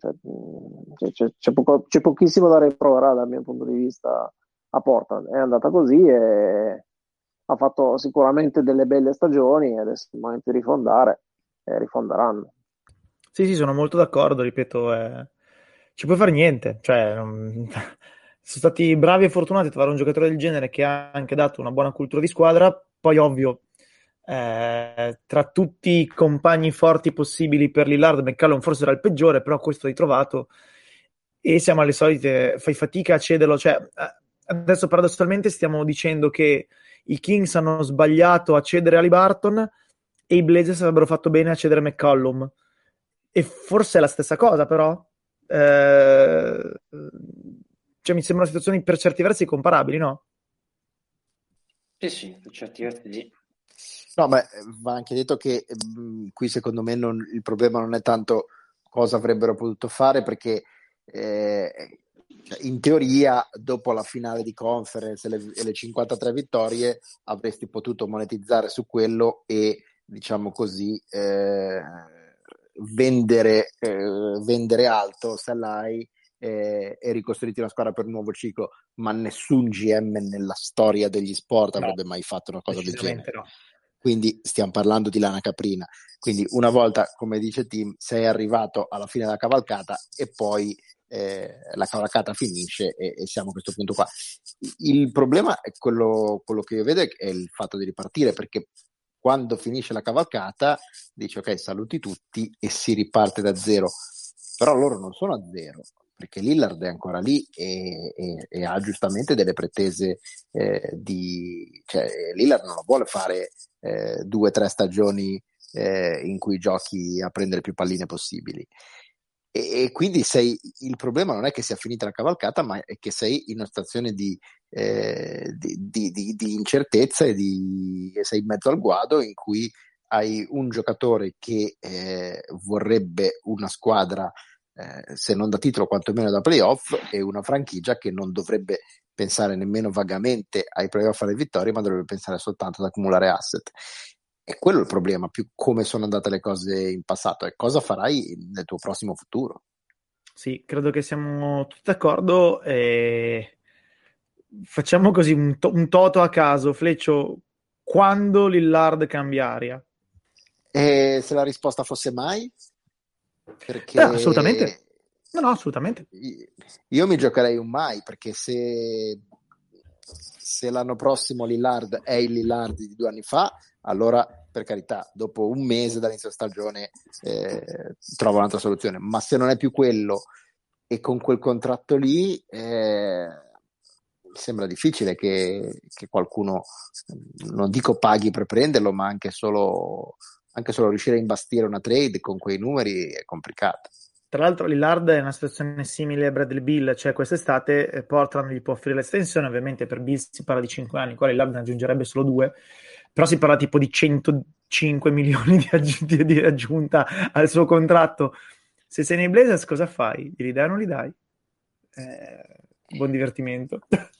c'è pochissimo da rimproverare dal mio punto di vista a Portland. È andata così e ha fatto sicuramente delle belle stagioni, adesso è il momento di rifondare e rifonderanno. Sì, sono molto d'accordo, ripeto, ci puoi fare niente, cioè, sono stati bravi e fortunati a trovare un giocatore del genere che ha anche dato una buona cultura di squadra. Poi ovvio, tra tutti i compagni forti possibili per Lillard, McCallum forse era il peggiore, però questo l'hai trovato, e siamo alle solite, fai fatica a cederlo, cioè, adesso paradossalmente stiamo dicendo che i Kings hanno sbagliato a cedere Haliburton e i Blazers avrebbero fatto bene a cedere McCollum, e forse è la stessa cosa, però cioè mi sembrano situazioni per certi versi comparabili, no? Sì, per certi versi sì. No, ma va anche detto che qui secondo me il problema non è tanto cosa avrebbero potuto fare, perché Cioè, in teoria, dopo la finale di conference e le 53 vittorie, avresti potuto monetizzare su quello e, diciamo così, vendere alto, Salai, e ricostruirti una squadra per un nuovo ciclo. Ma nessun GM nella storia degli sport avrebbe mai fatto una cosa del genere. No. Quindi stiamo parlando di lana caprina. Quindi una volta, come dice Tim, sei arrivato alla fine della cavalcata e poi la cavalcata finisce e siamo a questo punto qua. Il problema è quello che io vedo è il fatto di ripartire, perché quando finisce la cavalcata dici ok, saluti tutti e si riparte da zero, però loro non sono a zero, perché Lillard è ancora lì e ha giustamente delle pretese cioè Lillard non lo vuole fare 2 o 3 stagioni in cui giochi a prendere più palline possibili. E quindi il problema non è che sia finita la cavalcata, ma è che sei in una situazione di incertezza e sei in mezzo al guado, in cui hai un giocatore che vorrebbe una squadra se non da titolo quantomeno da playoff, e una franchigia che non dovrebbe pensare nemmeno vagamente ai playoff, alle vittorie, ma dovrebbe pensare soltanto ad accumulare asset. E quello è il problema, più come sono andate le cose in passato e cosa farai nel tuo prossimo futuro. Sì, credo che siamo tutti d'accordo. Facciamo così un toto a caso. Fleccio, quando Lillard cambia aria? E se la risposta fosse mai? Perché Assolutamente. No, assolutamente. io mi giocherei un mai, perché se l'anno prossimo Lillard è il Lillard di 2 anni fa, allora per carità, dopo un mese dall'inizio stagione trova un'altra soluzione, ma se non è più quello e con quel contratto lì sembra difficile che qualcuno, non dico paghi per prenderlo, ma anche solo riuscire a imbastire una trade con quei numeri è complicato. Tra l'altro Lillard è in una situazione simile a Bradley Beal, cioè quest'estate Portland gli può offrire l'estensione, ovviamente per Beal si parla di 5 anni, qua Lillard ne aggiungerebbe solo 2, però si parla tipo di 105 milioni di aggiunta al suo contratto. Se sei nei Blazers cosa fai? Li dai o non li dai? Buon divertimento.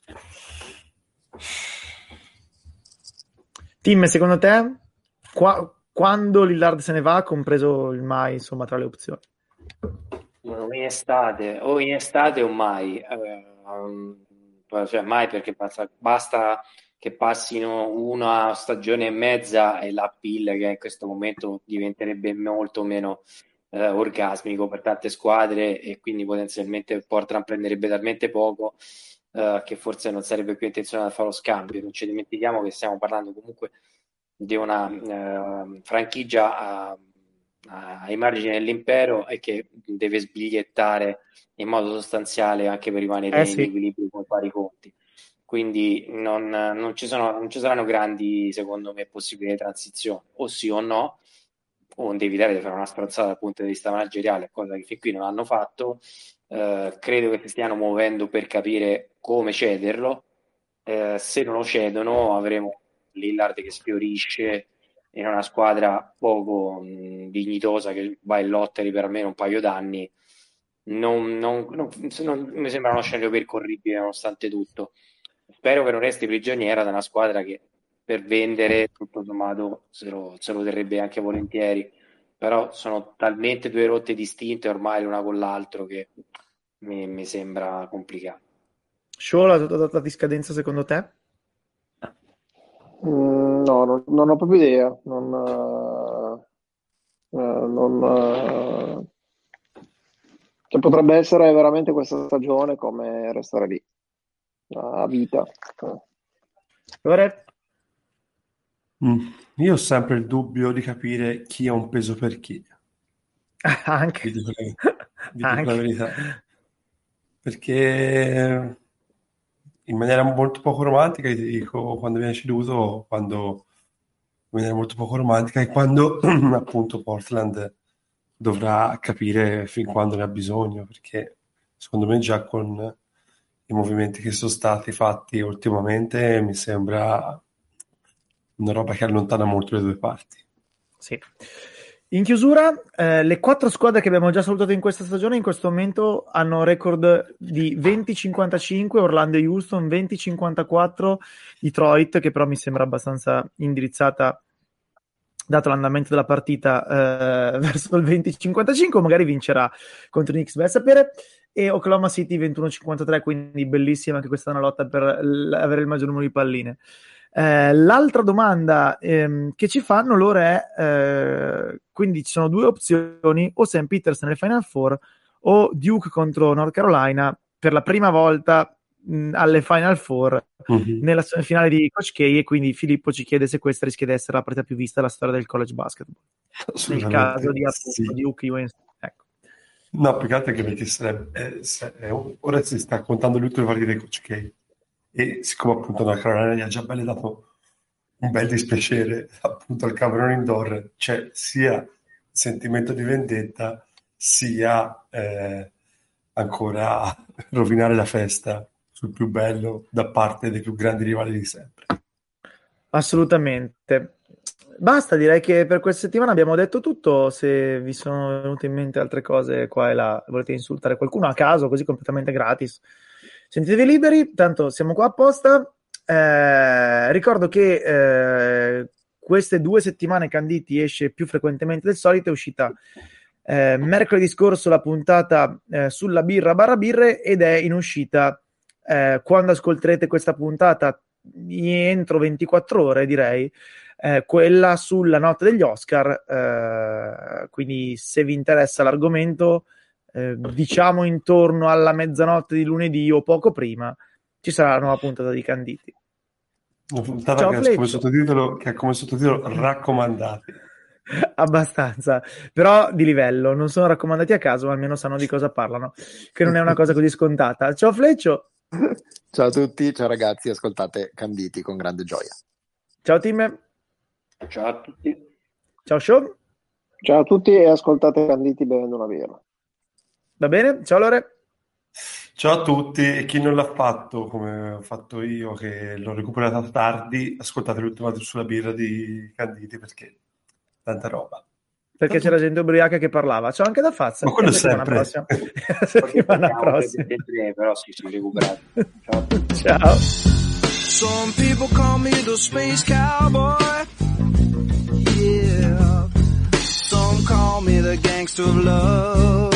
Tim, secondo te quando Lillard se ne va, compreso il mai, insomma, tra le opzioni? O in estate o mai. Cioè mai, perché basta che passino una stagione e mezza e l'appeal, che in questo momento diventerebbe molto meno orgasmico per tante squadre, e quindi potenzialmente Portland prenderebbe talmente poco che forse non sarebbe più intenzionato a fare lo scambio. Non ci dimentichiamo che stiamo parlando comunque di una franchigia ai margini dell'impero e che deve sbigliettare in modo sostanziale anche per rimanere in Sì. equilibrio con vari conti. Quindi non ci saranno grandi, secondo me, possibili transizioni, o sì o no, o devi evitare di fare una stronzata dal punto di vista manageriale, cosa che fin qui non hanno fatto. Credo che si stiano muovendo per capire come cederlo. Se non lo cedono avremo Lillard che sfiorisce in una squadra poco dignitosa, che va in lotta per almeno un paio d'anni. Non mi sembra uno scenario percorribile nonostante tutto. Spero che non resti prigioniera da una squadra che per vendere tutto sommato se lo terrebbe anche volentieri, però sono talmente 2 rotte distinte ormai l'una con l'altro che mi sembra complicato. Show, la data di scadenza secondo te? No, non ho proprio idea. Che potrebbe essere veramente questa stagione, come restare lì a vita. Allora, Io ho sempre il dubbio di capire chi ha un peso per chi. anche. Vi dico la verità. Perché in maniera molto poco romantica ti dico quando viene ceduto, in maniera molto poco romantica, e quando appunto Portland dovrà capire fin quando ne ha bisogno, perché secondo me già con i movimenti che sono stati fatti ultimamente mi sembra una roba che allontana molto le due parti. Sì. In chiusura, le 4 squadre che abbiamo già salutato in questa stagione in questo momento hanno record di 20-55, Orlando e Houston, 20-54 Detroit, che però mi sembra abbastanza indirizzata, dato l'andamento della partita, verso il 20-55, magari vincerà contro i Knicks, vai a sapere, e Oklahoma City 21-53, quindi bellissima anche questa è una lotta per avere il maggior numero di palline. L'altra domanda che ci fanno loro è quindi ci sono 2 opzioni, o St. Peters nelle Final Four o Duke contro North Carolina per la prima volta alle Final Four nella finale di Coach K, e quindi Filippo ci chiede se questa rischia di essere la partita più vista della storia del college basketball nel caso di Duke UNC. Ecco. No, più che altro anche perché ora si sta contando le ultime partite di Coach K, e siccome appunto North Carolina gli ha già belle dato un bel dispiacere appunto al Cameron Indoor, c'è sia sentimento di vendetta sia ancora rovinare la festa sul più bello da parte dei più grandi rivali di sempre. Assolutamente. Basta, direi che per questa settimana abbiamo detto tutto. Se vi sono venute in mente altre cose qua e là, volete insultare qualcuno a caso così completamente gratis, sentitevi liberi, tanto siamo qua apposta. Ricordo che queste 2 settimane Canditi esce più frequentemente del solito. È uscita mercoledì scorso la puntata sulla birra barra birre, ed è in uscita quando ascolterete questa puntata entro 24 ore direi, quella sulla notte degli Oscar, quindi se vi interessa l'argomento, diciamo intorno alla mezzanotte di lunedì o poco prima ci sarà la nuova puntata di Canditi. Una puntata che ha come sottotitolo raccomandati. Abbastanza, però di livello, non sono raccomandati a caso, ma almeno sanno di cosa parlano, che non è una cosa così scontata. Ciao Fleccio. Ciao a tutti, ciao ragazzi, ascoltate Canditi con grande gioia. Ciao Tim. Ciao a tutti. Ciao Sean. Ciao a tutti e ascoltate Canditi bevendo una birra. Va bene, ciao Lore. Ciao a tutti, e chi non l'ha fatto come ho fatto io, che l'ho recuperata tardi, ascoltate l'ultima sulla birra di Canditi, perché tanta roba. Perché c'era gente ubriaca che parlava. Ciao anche da Fazza. Ma quello sempre. Settimana prossima. Però si sono recuperati. Ciao. Ciao. Some people call me the space cowboy. Yeah. Some call me the gangster of love.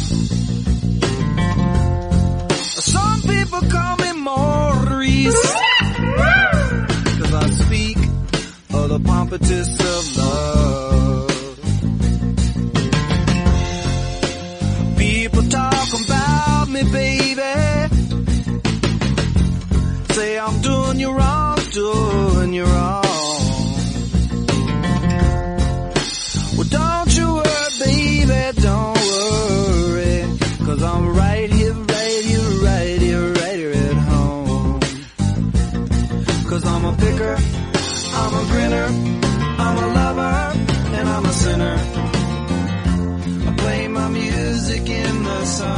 Some people call me Maurice. 'Cause I speak of the pompatus of love. People talk about me, baby. Say I'm doing you wrong, doing you wrong. Well, don't you worry, baby, don't worry. 'Cause I'm right here, right here, right here, right here at home. 'Cause I'm a picker, I'm a grinner, I'm a lover, and I'm a sinner. I play my music in the sun.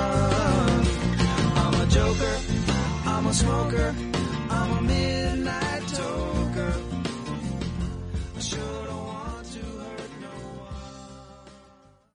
I'm a joker, I'm a smoker, I'm a midnight